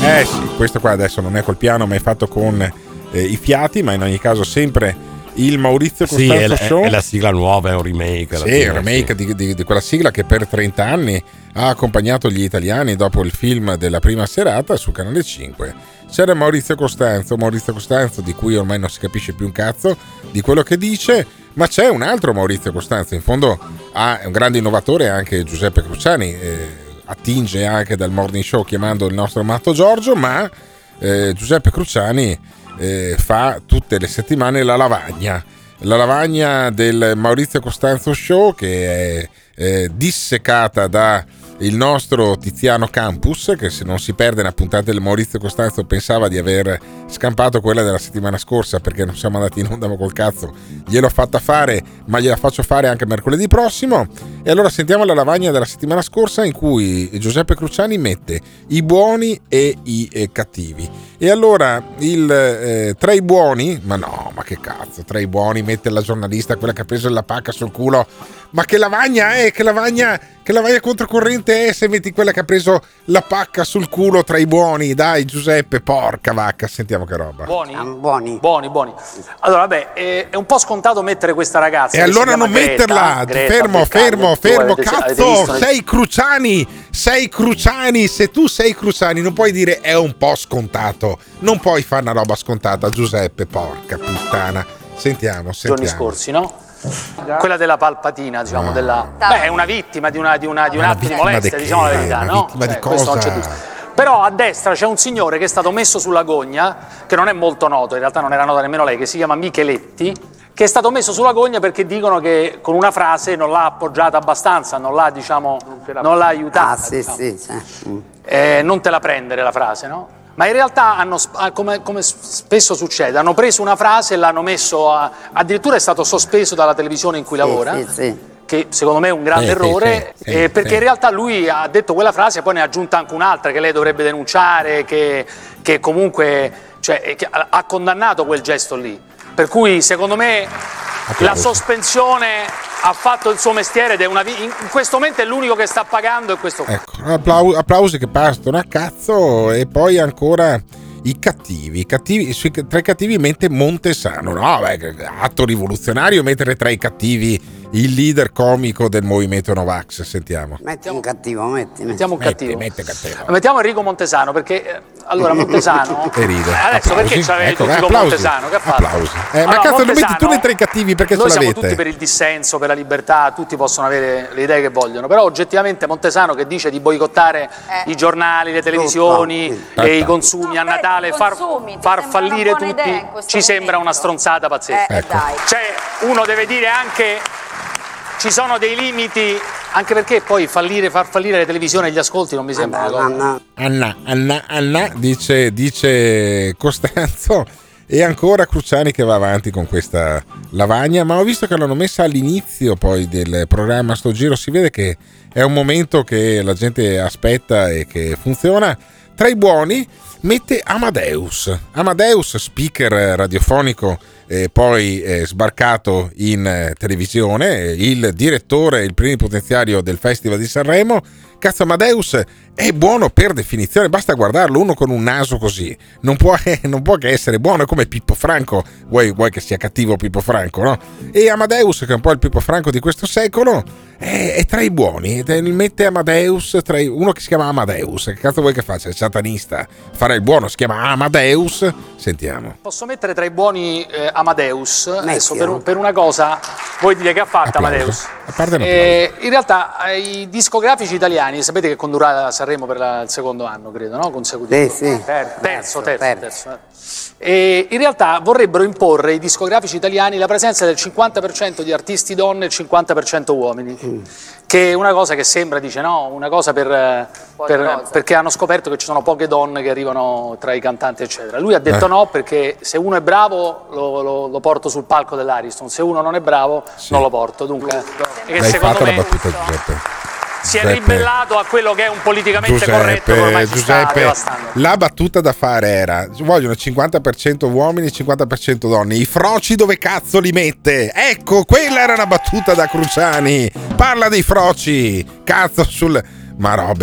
Eh sì, questo qua adesso non è col piano, ma è fatto con eh, i fiati, ma in ogni caso sempre il Maurizio Costanzo sì, è la, Show. È la sigla nuova, è un remake. Sì, è un remake sì. di, di, di quella sigla che per trenta anni ha accompagnato gli italiani dopo il film della prima serata su Canale cinque. C'era Maurizio Costanzo, Maurizio Costanzo di cui ormai non si capisce più un cazzo di quello che dice, ma c'è un altro Maurizio Costanzo, in fondo ha, è un grande innovatore anche Giuseppe Cruciani, eh, attinge anche dal Morning Show chiamando il nostro Matto Giorgio, ma eh, Giuseppe Cruciani eh, fa tutte le settimane la lavagna, la lavagna del Maurizio Costanzo Show, che è eh, dissecata da il nostro Tiziano Campus, che se non si perde una puntata del Maurizio Costanzo pensava di aver scampato quella della settimana scorsa perché non siamo andati in onda, ma col cazzo gliel'ho fatta fare, ma gliela faccio fare anche mercoledì prossimo. E allora sentiamo la lavagna della settimana scorsa in cui Giuseppe Cruciani mette i buoni e i eh, cattivi. E allora il eh, tra i buoni, ma no, ma che cazzo, tra i buoni mette la giornalista, quella che ha preso la pacca sul culo. Ma che lavagna è? Che lavagna, che lavagna controcorrente è se metti quella che ha preso la pacca sul culo tra i buoni? Dai Giuseppe, porca vacca, sentiamo che roba. Buoni? Buoni. Buoni, buoni. Allora, vabbè, è, è un po' scontato mettere questa ragazza. E allora non Greta, metterla, Greta, fermo, Greta, fermo, fermo, avete, cazzo, avete sei Cruciani, sei Cruciani, se tu sei Cruciani non puoi dire è un po' scontato, non puoi fare una roba scontata, Giuseppe, porca puttana. Sentiamo, sentiamo. Giorni scorsi, no? Quella della palpatina, diciamo, no. della beh, è una vittima di una di una di un atto di molestia, diciamo la verità, no? Vittima di cosa? Non c'è Però a destra c'è un signore che è stato messo sulla gogna, che non è molto noto, in realtà non era nota nemmeno lei, che si chiama Micheletti, che è stato messo sulla gogna perché dicono che con una frase non l'ha appoggiata abbastanza, non l'ha, diciamo, non l'ha aiutata. Ah, sì, diciamo. sì, sì. Eh, non te la prendere la frase, no? Ma in realtà hanno, come, come spesso succede, hanno preso una frase e l'hanno messo a, addirittura è stato sospeso dalla televisione in cui sì, lavora, sì, sì. che secondo me è un grande sì, errore, sì, sì, eh, perché sì. in realtà lui ha detto quella frase e poi ne ha aggiunta anche un'altra che lei dovrebbe denunciare, che, che comunque cioè, che ha condannato quel gesto lì. Per cui secondo me la sospensione ha fatto il suo mestiere ed è una in questo momento è l'unico che sta pagando e questo ecco, applausi, applausi che partono a cazzo. E poi ancora i cattivi, i cattivi sui, tra i cattivi mette Montesano, no beh, atto rivoluzionario mettere tra i cattivi il leader comico del movimento Novax. Sentiamo. Metti un cattivo, metti. Mettiamo un metti, cattivo. Mette cattivo. Mettiamo Enrico Montesano perché eh, allora Montesano e ride. Adesso applausi. perché c'avete ecco, tutti con applausi. Montesano che ha fatto? Applausi. Eh, allora, ma cazzo Montesano, lo metti tu nei tre cattivi perché noi ce siamo l'avete? tutti per il dissenso, per la libertà, tutti possono avere le idee che vogliono, però oggettivamente Montesano che dice di boicottare eh. i giornali, le televisioni tutto, e i consumi no, a Natale, far, consumi, far fallire tutti, ci momento. sembra una stronzata pazzesca. Eh, ecco. Cioè uno deve dire anche ci sono dei limiti, anche perché poi fallire, far fallire le televisioni e gli ascolti non mi sembra una cosa. Anna, Anna, Anna, dice, dice Costanzo. E ancora Cruciani che va avanti con questa lavagna, ma ho visto che l'hanno messa all'inizio poi del programma sto giro, si vede che è un momento che la gente aspetta e che funziona. Tra i buoni mette Amadeus, Amadeus speaker radiofonico eh, poi eh, sbarcato in eh, televisione, il direttore, il plenipotenziario del Festival di Sanremo. Cazzo, Amadeus è buono per definizione, basta guardarlo, uno con un naso così non può, eh, non può che essere buono, è come Pippo Franco, vuoi, vuoi che sia cattivo Pippo Franco, no? E Amadeus, che è un po' il Pippo Franco di questo secolo, è, è tra i buoni, mette Amadeus, tra i, uno che si chiama Amadeus, che cazzo vuoi che faccia, il satanista, fare il buono, si chiama Amadeus, sentiamo. Posso mettere tra i buoni eh, Amadeus, adesso per, per una cosa, vuoi dire che ha fatto applauso. Amadeus? A parte eh, in realtà i discografici italiani, sapete che condurrà Sanremo per la, il secondo anno, credo, no? Consecutivo. Sì, sì. Terzo, terzo, terzo, terzo. terzo. E in realtà vorrebbero imporre i discografici italiani la presenza del cinquanta per cento di artisti donne e il cinquanta per cento uomini, mm. che è una cosa che sembra, dice no, una cosa per, per perché hanno scoperto che ci sono poche donne che arrivano tra i cantanti eccetera. Lui ha detto eh. no, perché se uno è bravo lo, lo, lo porto sul palco dell'Ariston, se uno non è bravo sì. non lo porto, dunque che secondo me la battuta, Giuseppe. Si è ribellato a quello che è un politicamente Giuseppe, corretto che ormai si sta devastando. La battuta da fare era: vogliono cinquanta per cento uomini e cinquanta per cento donne. I froci dove cazzo li mette? Ecco, quella era una battuta da Cruciani. Parla dei froci. Cazzo sul... Ma robe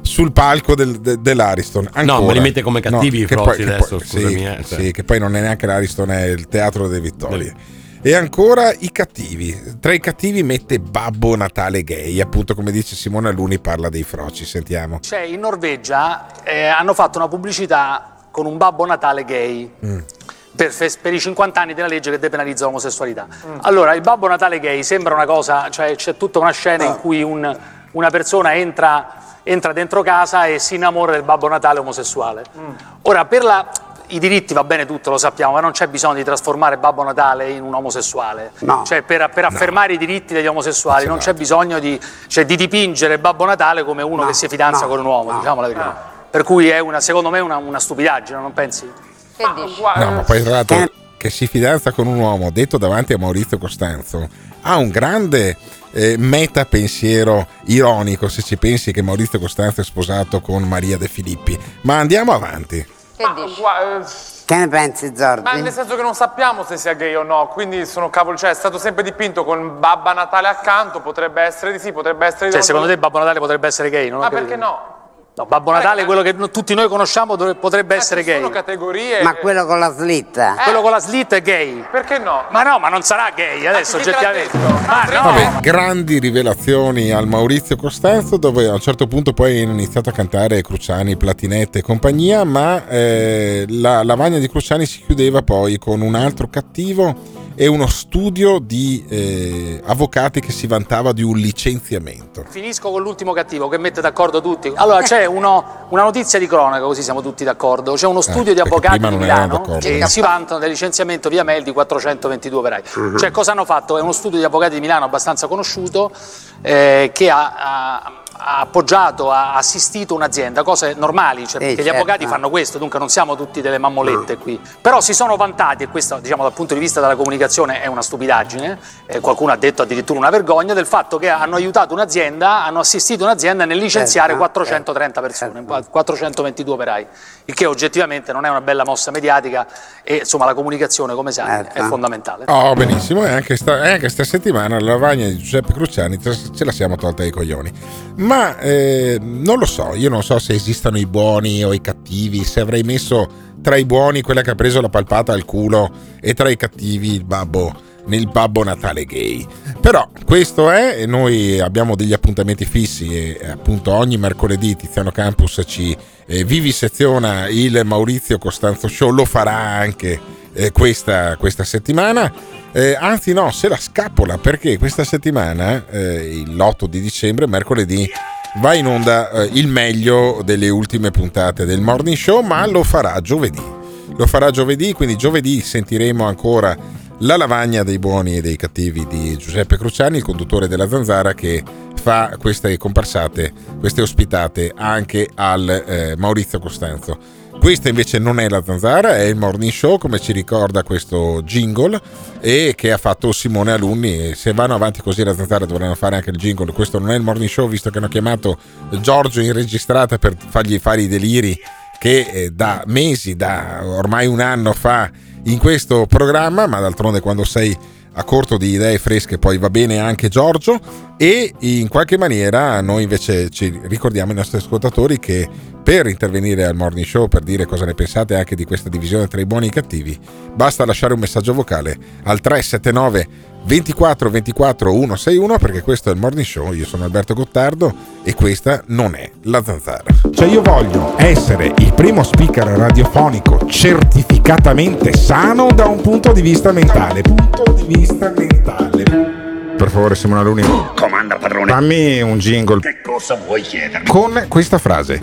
sul palco del, de, dell'Ariston. Ancora. No, me li mette come cattivi no, i Frozzi adesso, poi, scusami. Sì, eh, cioè. sì, che poi non è neanche l'Ariston, è il Teatro delle Vittorie. Sì. E ancora i cattivi. Tra i cattivi mette Babbo Natale gay, appunto come dice Simone Alunni, parla dei froci, sentiamo. Cioè, in Norvegia eh, hanno fatto una pubblicità con un Babbo Natale gay. Mm. Per, per i cinquanta anni della legge che depenalizza l'omosessualità. Mm. Allora, il Babbo Natale gay sembra una cosa, cioè c'è tutta una scena oh. in cui un, una persona entra, entra dentro casa e si innamora del Babbo Natale omosessuale. Mm. Ora, per la... I diritti va bene tutto, lo sappiamo, ma non c'è bisogno di trasformare Babbo Natale in un omosessuale. No. Cioè, per, per affermare no. i diritti degli omosessuali non c'è bisogno di, cioè, di dipingere Babbo Natale come uno no. che si fidanza no. con un uomo, no. diciamo la verità. No. Per cui è una, secondo me, una, una stupidaggine, non pensi? Che dici? No, ma poi tra l'altro che si fidanza con un uomo, detto davanti a Maurizio Costanzo, ha un grande eh, meta pensiero ironico, se ci pensi che Maurizio Costanzo è sposato con Maria De Filippi. Ma andiamo avanti. Che dici? Ma, che ne pensi, Zordi? Ma nel senso che non sappiamo se sia gay o no, quindi sono cavolo, cioè è stato sempre dipinto con Babbo Natale accanto, potrebbe essere di sì, potrebbe essere di no. Cioè, secondo te Babbo Natale potrebbe essere gay? Non Ma perché no? No, Babbo Natale, quello che tutti noi conosciamo, potrebbe eh, essere gay. Sono categorie. Ma quello con la slitta? Eh. Quello con la slitta è gay. Perché no? Ma no, ma non sarà gay adesso, oggettivamente. Ma no. Vabbè, grandi rivelazioni al Maurizio Costanzo, dove a un certo punto poi hanno iniziato a cantare Cruciani, Platinette e compagnia, ma eh, la lavagna di Cruciani si chiudeva poi con un altro cattivo e uno studio di eh, avvocati che si vantava di un licenziamento. Finisco con l'ultimo cattivo che mette d'accordo tutti. Allora c'è uno, una notizia di cronaca, così siamo tutti d'accordo. C'è uno studio eh, di avvocati di Milano che si vantano del licenziamento via mail di quattrocentoventidue operai. Uh-huh. Cioè, cosa hanno fatto? È uno studio di avvocati di Milano abbastanza conosciuto eh, che ha, ha ha appoggiato, ha assistito un'azienda, cose normali, cioè, eh, perché certo. gli avvocati fanno questo, dunque non siamo tutti delle mammolette no. qui. Però si sono vantati, e questo diciamo dal punto di vista della comunicazione è una stupidaggine, eh, qualcuno ha detto addirittura una vergogna, del fatto che hanno aiutato un'azienda, hanno assistito un'azienda nel licenziare certo. quattrocentotrenta persone, certo. quattrocentoventidue operai, il che oggettivamente non è una bella mossa mediatica e insomma la comunicazione, come sai, certo. è fondamentale. Oh, benissimo, e anche sta, e anche sta settimana la lavagna di Giuseppe Cruciani ce la siamo tolta ai coglioni. Ma eh, non lo so, io non so se esistano i buoni o i cattivi, se avrei messo tra i buoni quella che ha preso la palpata al culo e tra i cattivi il babbo, nel Babbo Natale gay. Però questo è, e noi abbiamo degli appuntamenti fissi e appunto ogni mercoledì Tiziano Campus ci eh, viviseziona il Maurizio Costanzo Show, lo farà anche eh, questa, questa settimana. Eh, anzi no, se la scappola, perché questa settimana, eh, l'otto di dicembre, mercoledì, va in onda eh, il meglio delle ultime puntate del Morning Show, ma lo farà giovedì. Lo farà giovedì, quindi giovedì sentiremo ancora la lavagna dei buoni e dei cattivi di Giuseppe Cruciani, il conduttore della Zanzara, che fa queste comparsate, queste ospitate anche al eh, Maurizio Costanzo. Questa invece non è la Zanzara, è il Morning Show, come ci ricorda questo jingle, e che ha fatto Simone Alunni. Se vanno avanti così la Zanzara dovranno fare anche il jingle. Questo non è il Morning Show, visto che hanno chiamato Giorgio in registrata per fargli fare i deliri che eh, da mesi, da ormai un anno fa in questo programma, ma d'altronde quando sei a corto di idee fresche poi va bene anche Giorgio. E in qualche maniera noi invece ci ricordiamo ai nostri ascoltatori che per intervenire al Morning Show, per dire cosa ne pensate anche di questa divisione tra i buoni e i cattivi, basta lasciare un messaggio vocale al tre sette nove ventiquattro ventiquattro centosessantuno, perché questo è il Morning Show. Io sono Alberto Gottardo e questa non è la Zanzara. Cioè, io voglio essere il primo speaker radiofonico certificatamente sano da un punto di vista mentale. Punto di vista mentale. Per favore, Simone Alunni, comanda padrone, fammi un jingle. Che cosa vuoi chiedermi? Con questa frase: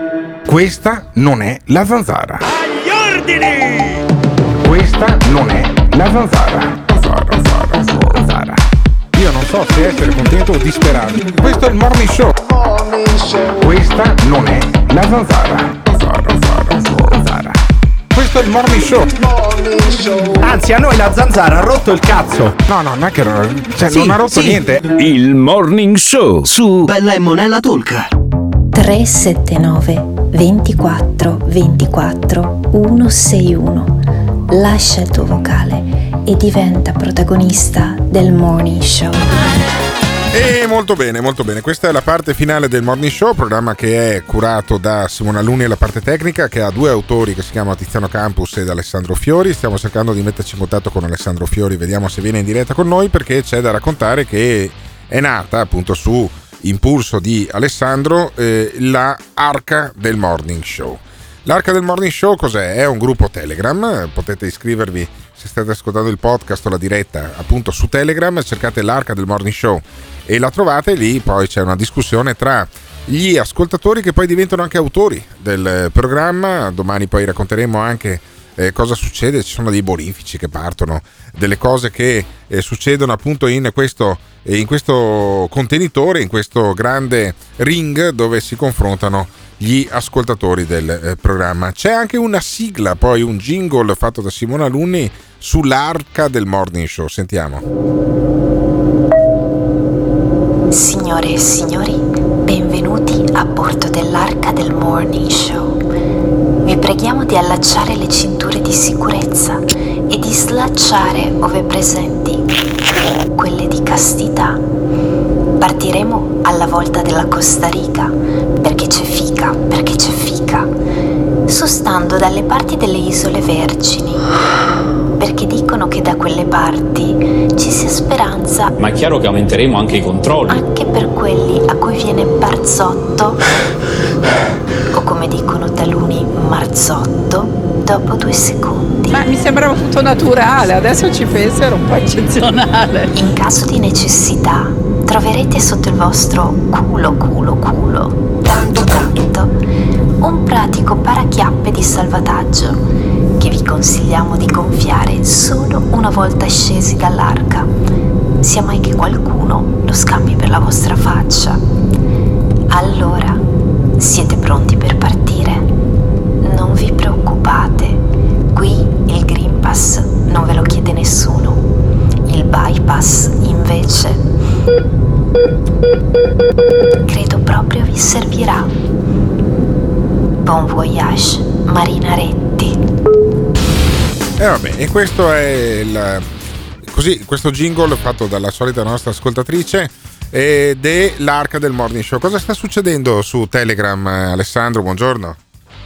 questa non è la Zanzara. Agli ordini! Questa non è la Zanzara. Zanzara, Zanzara, Zanzara. Io non so se essere contento o disperato. Questo è il Morning Show. Morning Show. Questa non è la Zanzara. Zanzara, Zanzara, Zanzara. Questo è il Morning Show. Morning Show. Anzi, a noi la Zanzara ha rotto il cazzo. No, no, non è che cioè, sì, non ha rotto sì. niente. Il Morning Show su Bella e Monella Talk. tre sette nove ventiquattro ventiquattro centosessantuno. Lascia il tuo vocale e diventa protagonista del Morning Show. E molto bene, molto bene. Questa è la parte finale del Morning Show, programma che è curato da Simona Luni e la parte tecnica, che ha due autori che si chiamano Tiziano Campus ed Alessandro Fiori. Stiamo cercando di metterci in contatto con Alessandro Fiori, vediamo se viene in diretta con noi, perché c'è da raccontare che è nata appunto su impulso di Alessandro eh, la Arca del Morning Show. L'Arca del Morning Show cos'è? È un gruppo Telegram, potete iscrivervi se state ascoltando il podcast o la diretta appunto su Telegram, cercate l'Arca del Morning Show e la trovate lì. Poi c'è una discussione tra gli ascoltatori che poi diventano anche autori del programma. Domani poi racconteremo anche eh, cosa succede, ci sono dei bonifici che partono, delle cose che eh, succedono appunto in questo, eh, in questo contenitore, in questo grande ring dove si confrontano gli ascoltatori del eh, programma. C'è anche una sigla, poi un jingle fatto da Simona Luni sull'Arca del Morning Show. Sentiamo. Signore e signori, benvenuti a bordo dell'Arca del Morning Show. Vi preghiamo di allacciare le cinture di sicurezza e di slacciare, ove presenti, quelle di castità. Partiremo alla volta della Costa Rica, perché c'è fica, perché c'è fica, sostando dalle parti delle Isole Vergini, perché dicono che da quelle parti ci sia speranza. Ma è chiaro che aumenteremo anche i controlli. Anche per quelli a cui viene barzotto, o come dicono taluni marzotto, dopo due secondi. Ma mi sembrava tutto naturale, adesso ci penso, era un po' eccezionale. In caso di necessità, troverete sotto il vostro culo, culo, culo, tanto, tanto, un pratico parachiappe di salvataggio che vi consigliamo di gonfiare solo una volta scesi dall'arca, sia mai che qualcuno lo scambi per la vostra faccia. Allora, siete pronti per partire? Non vi preoccupate, qui il Green Pass non ve lo chiede nessuno, il bypass invece credo proprio vi servirà. Bon voyage, marinaretti. E vabbè, e questo è il, così, questo jingle fatto dalla solita nostra ascoltatrice ed è l'Arca del Morning Show. Cosa sta succedendo su Telegram, Alessandro? Buongiorno.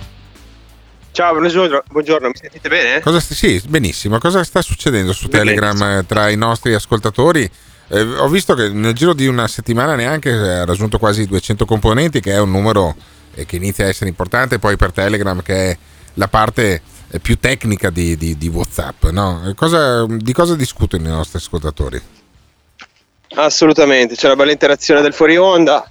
Ciao, buongiorno, buongiorno, mi sentite bene? Cosa st- sì, benissimo. Cosa sta succedendo su Telegram benissimo. Tra i nostri ascoltatori? Eh, ho visto che nel giro di una settimana neanche ha raggiunto quasi duecento componenti, che è un numero eh, che inizia a essere importante poi per Telegram, che è la parte eh, più tecnica di, di, di WhatsApp, no? Cosa, di cosa discutono i nostri ascoltatori? Assolutamente, c'è una bella interazione del fuori onda.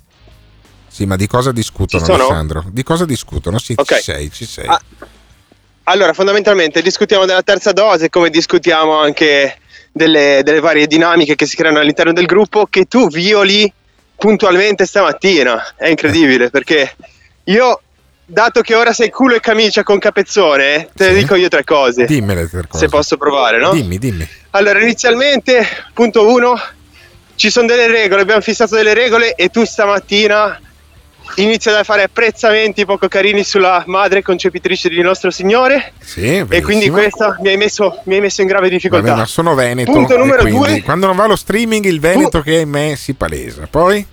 Sì, ma di cosa discutono, Alessandro? Di cosa discutono? Sì, okay. ci sei, ci sei. Ah, allora, fondamentalmente discutiamo della terza dose, come discutiamo anche delle, delle varie dinamiche che si creano all'interno del gruppo, che tu violi puntualmente stamattina. È incredibile, perché io, dato che ora sei culo e camicia con capezzone, te sì. ne dico io tre cose. Dimmele tre cose. Se posso provare, no? Dimmi, dimmi. Allora, inizialmente, punto uno, ci sono delle regole, abbiamo fissato delle regole e tu stamattina inizia a fare apprezzamenti poco carini sulla madre concepitrice di nostro Signore. Sì, e quindi questo mi hai messo, mi hai messo in grave difficoltà. Vabbè, ma sono veneto. Punto numero due. Quando non va lo streaming, il veneto pu- che è in me si palesa. Poi?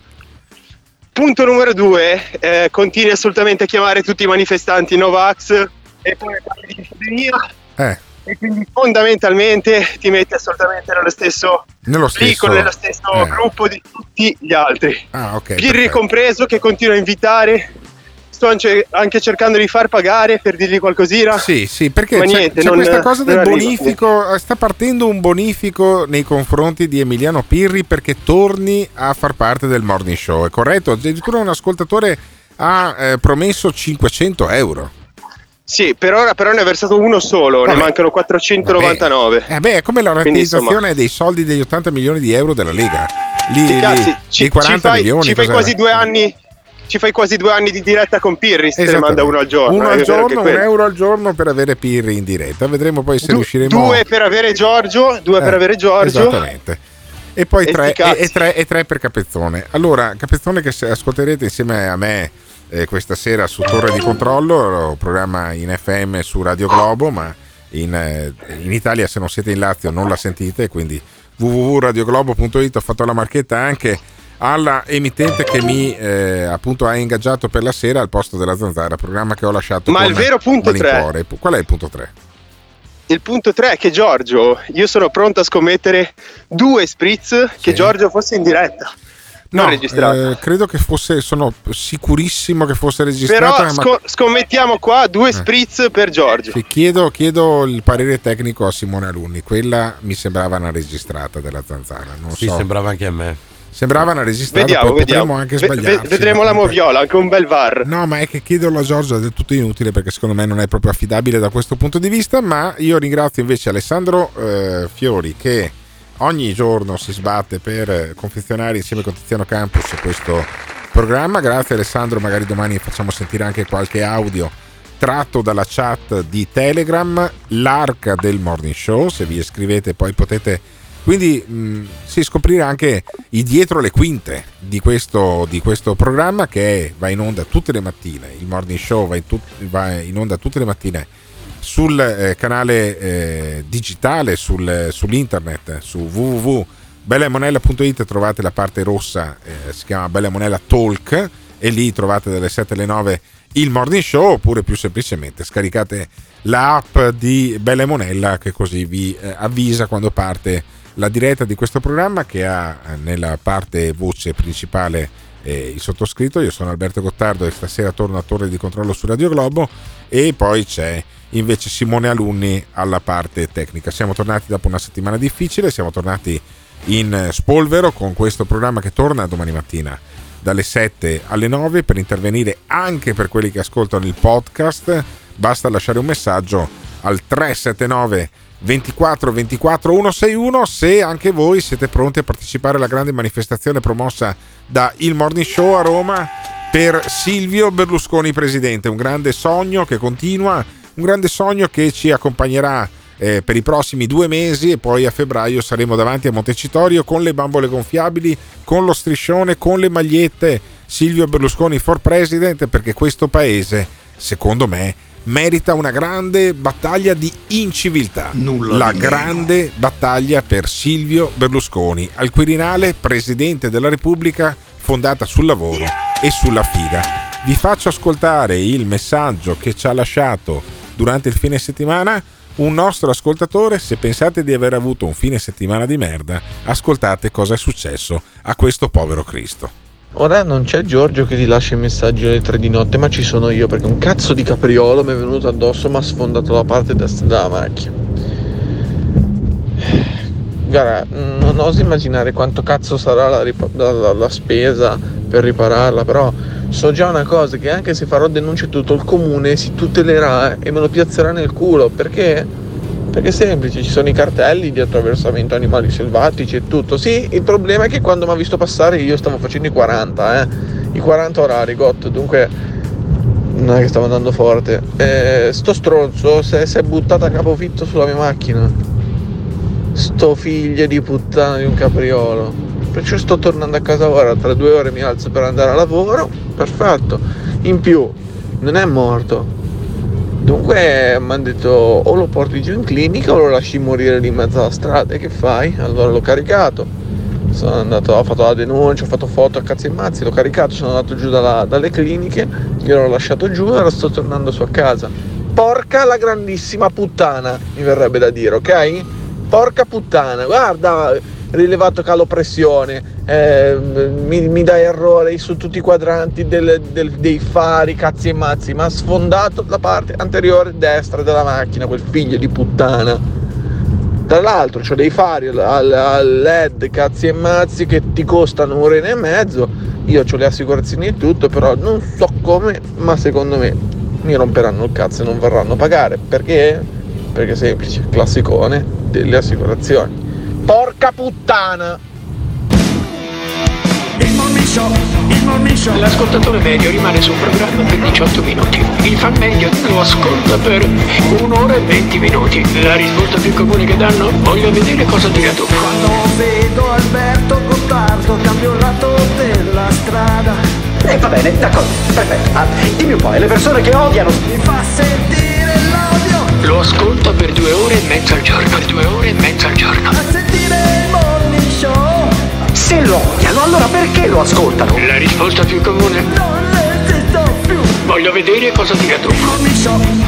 Punto numero due. Eh, continui assolutamente a chiamare tutti i manifestanti Novax e poi parli di epidemia. Eh. E quindi fondamentalmente ti metti assolutamente nello stesso, nello stesso, plico, nello stesso eh. gruppo di tutti gli altri. Ah, ok. Pirri perfetto. compreso, che continua a invitare. Sto anche cercando di far pagare per dirgli qualcosina. Sì, sì, perché ma c'è, niente, c'è non, questa cosa del arriva, bonifico. Niente. Sta partendo un bonifico nei confronti di Emiliano Pirri perché torni a far parte del Morning Show. È corretto? Addirittura un ascoltatore ha eh, promesso cinquecento euro. Sì, per ora però ne ha versato uno solo, vabbè. Ne mancano quattrocentonovantanove. Eh beh, è come la rateizzazione dei soldi degli ottanta milioni di euro della Lega. Lì, cazzi, lì, ci, quaranta ci fai, milioni. Ci fai quasi due anni. Ci fai quasi due anni di diretta con Pirri, se te ne manda uno al giorno. Uno al giorno, un euro al giorno per avere Pirri in diretta. Vedremo poi se du- riusciremo. Due per avere Giorgio, due eh, per avere Giorgio. Esattamente. E poi e tre, e, e, tre, e tre per Capezzone. Allora, Capezzone che ascolterete insieme a me eh, questa sera su Torre di Controllo, programma in F M su Radio Globo, ma in, eh, in Italia, se non siete in Lazio, non la sentite, quindi w w w punto radioglobo punto it. Ho fatto la marchetta anche alla emittente che mi eh, appunto ha ingaggiato per la sera al posto della Zanzara, programma che ho lasciato. Ma con il vero punto tre, qual è il punto tre? Il punto tre è che Giorgio, io sono pronto a scommettere due spritz che Giorgio fosse in diretta. No, non registrata. Eh, credo che fosse, sono sicurissimo che fosse registrata. Però sco- ma... scommettiamo qua due spritz eh. per Giorgio. Sì, chiedo, chiedo il parere tecnico a Simone Alunni. Quella mi sembrava una registrata della Zanzara. Non sì, so. sembrava anche a me. Sembrava una registrata, vediamo, poi vediamo. potremmo anche v- sbagliarci. v- vedremo la moviola, anche un bel V A R. No, ma è che chiederlo a Giorgio è del tutto inutile, perché secondo me non è proprio affidabile da questo punto di vista. Ma io ringrazio invece Alessandro eh, Fiori, che ogni giorno si sbatte per confezionare insieme con Tiziano Campus questo programma. Grazie Alessandro, magari domani facciamo sentire anche qualche audio tratto dalla chat di Telegram, l'arca del Morning Show. Se vi iscrivete poi potete quindi mh, si scoprire anche i dietro le quinte di questo, di questo programma, che va in onda tutte le mattine. Il Morning Show va in, tut- va in onda tutte le mattine sul eh, canale eh, digitale, sul, sull'internet, su w w w punto bella e monella punto it. Trovate la parte rossa, eh, si chiama Bella e Monella Talk, e lì trovate dalle sette alle nove il Morning Show, oppure più semplicemente scaricate l'app di Bella e Monella, che così vi eh, avvisa quando parte la diretta di questo programma, che ha nella parte voce principale eh, il sottoscritto. Io sono Alberto Gottardo e stasera torno a Torre di Controllo su Radio Globo, e poi c'è invece Simone Alunni alla parte tecnica. Siamo tornati dopo una settimana difficile, siamo tornati in spolvero con questo programma che torna domani mattina dalle sette alle nove per intervenire anche per quelli che ascoltano il podcast. Basta lasciare un messaggio al tre sette nove ventiquattro ventiquattro centosessantuno se anche voi siete pronti a partecipare alla grande manifestazione promossa da Il Morning Show a Roma per Silvio Berlusconi presidente. Un grande sogno che continua, un grande sogno che ci accompagnerà eh, per i prossimi due mesi, e poi a febbraio saremo davanti a Montecitorio con le bambole gonfiabili, con lo striscione, con le magliette Silvio Berlusconi for President, perché questo paese, secondo me, merita una grande battaglia di inciviltà. Nulla la grande battaglia per Silvio Berlusconi al Quirinale, presidente della Repubblica, fondata sul lavoro e sulla figa. Vi faccio ascoltare il messaggio che ci ha lasciato durante il fine settimana un nostro ascoltatore. Se pensate di aver avuto un fine settimana di merda, ascoltate cosa è successo a questo povero Cristo. Ora non c'è Giorgio che ti lascia i messaggi alle tre di notte, ma ci sono io, perché un cazzo di capriolo mi è venuto addosso, mi ha sfondato la parte destra della macchina. Guarda, non oso immaginare quanto cazzo sarà la, rip- la, la, la spesa per ripararla, però so già una cosa, che anche se farò denuncia a tutto il comune si tutelerà e me lo piazzerà nel culo. Perché? Perché è semplice, ci sono i cartelli di attraversamento animali selvatici e tutto. Sì, il problema è che quando mi ha visto passare io stavo facendo i quaranta, eh, i quaranta orari, got, dunque non è che stavo andando forte. Eh, sto stronzo si è, si è buttato a capofitto sulla mia macchina. Sto figlio di puttana di un capriolo. Perciò sto tornando a casa ora, tra due ore mi alzo per andare a lavoro, perfetto. In più, non è morto. Dunque mi hanno detto o lo porti giù in clinica o lo lasci morire lì in mezzo alla strada. E che fai? Allora l'ho caricato, sono andato, ho fatto la denuncia, ho fatto foto a cazzi e mazzi, l'ho caricato, sono andato giù dalla, dalle cliniche, gliel'ho lasciato giù e ora sto tornando su a casa. Porca la grandissima puttana, mi verrebbe da dire, ok? Porca puttana, guarda, rilevato calo pressione, eh, mi, mi dà errore su tutti i quadranti del, del, dei fari, cazzi e mazzi, ma ha sfondato la parte anteriore destra della macchina, quel figlio di puttana. Tra l'altro c'ho dei fari al, al L E D, cazzi e mazzi, che ti costano un'ora e mezzo. Io ho le assicurazioni e tutto, però non so come, ma secondo me mi romperanno il cazzo e non vorranno pagare. Perché? Perché è semplice, classicone delle assicurazioni. Porca puttana! Il Morning Show, il Morning Show. L'ascoltatore medio rimane sul programma per diciotto minuti. Il fan medio lo ascolta per un'ora e venti minuti. La risposta più comune che danno: voglio vedere cosa dirà tu. Quando vedo Alberto Gottardo cambio il lato della strada. E eh, va bene, d'accordo, perfetto. Ah, dimmi un po', e le persone che odiano? Mi fa sentire l'odio. Lo ascolta per due ore e mezza al giorno. Per due ore e mezza al giorno. A sentire il mondo. Se lo odiano, allora perché lo ascoltano? La risposta più comune? Non esisto più. Voglio vedere cosa dirà tu. Morning Show.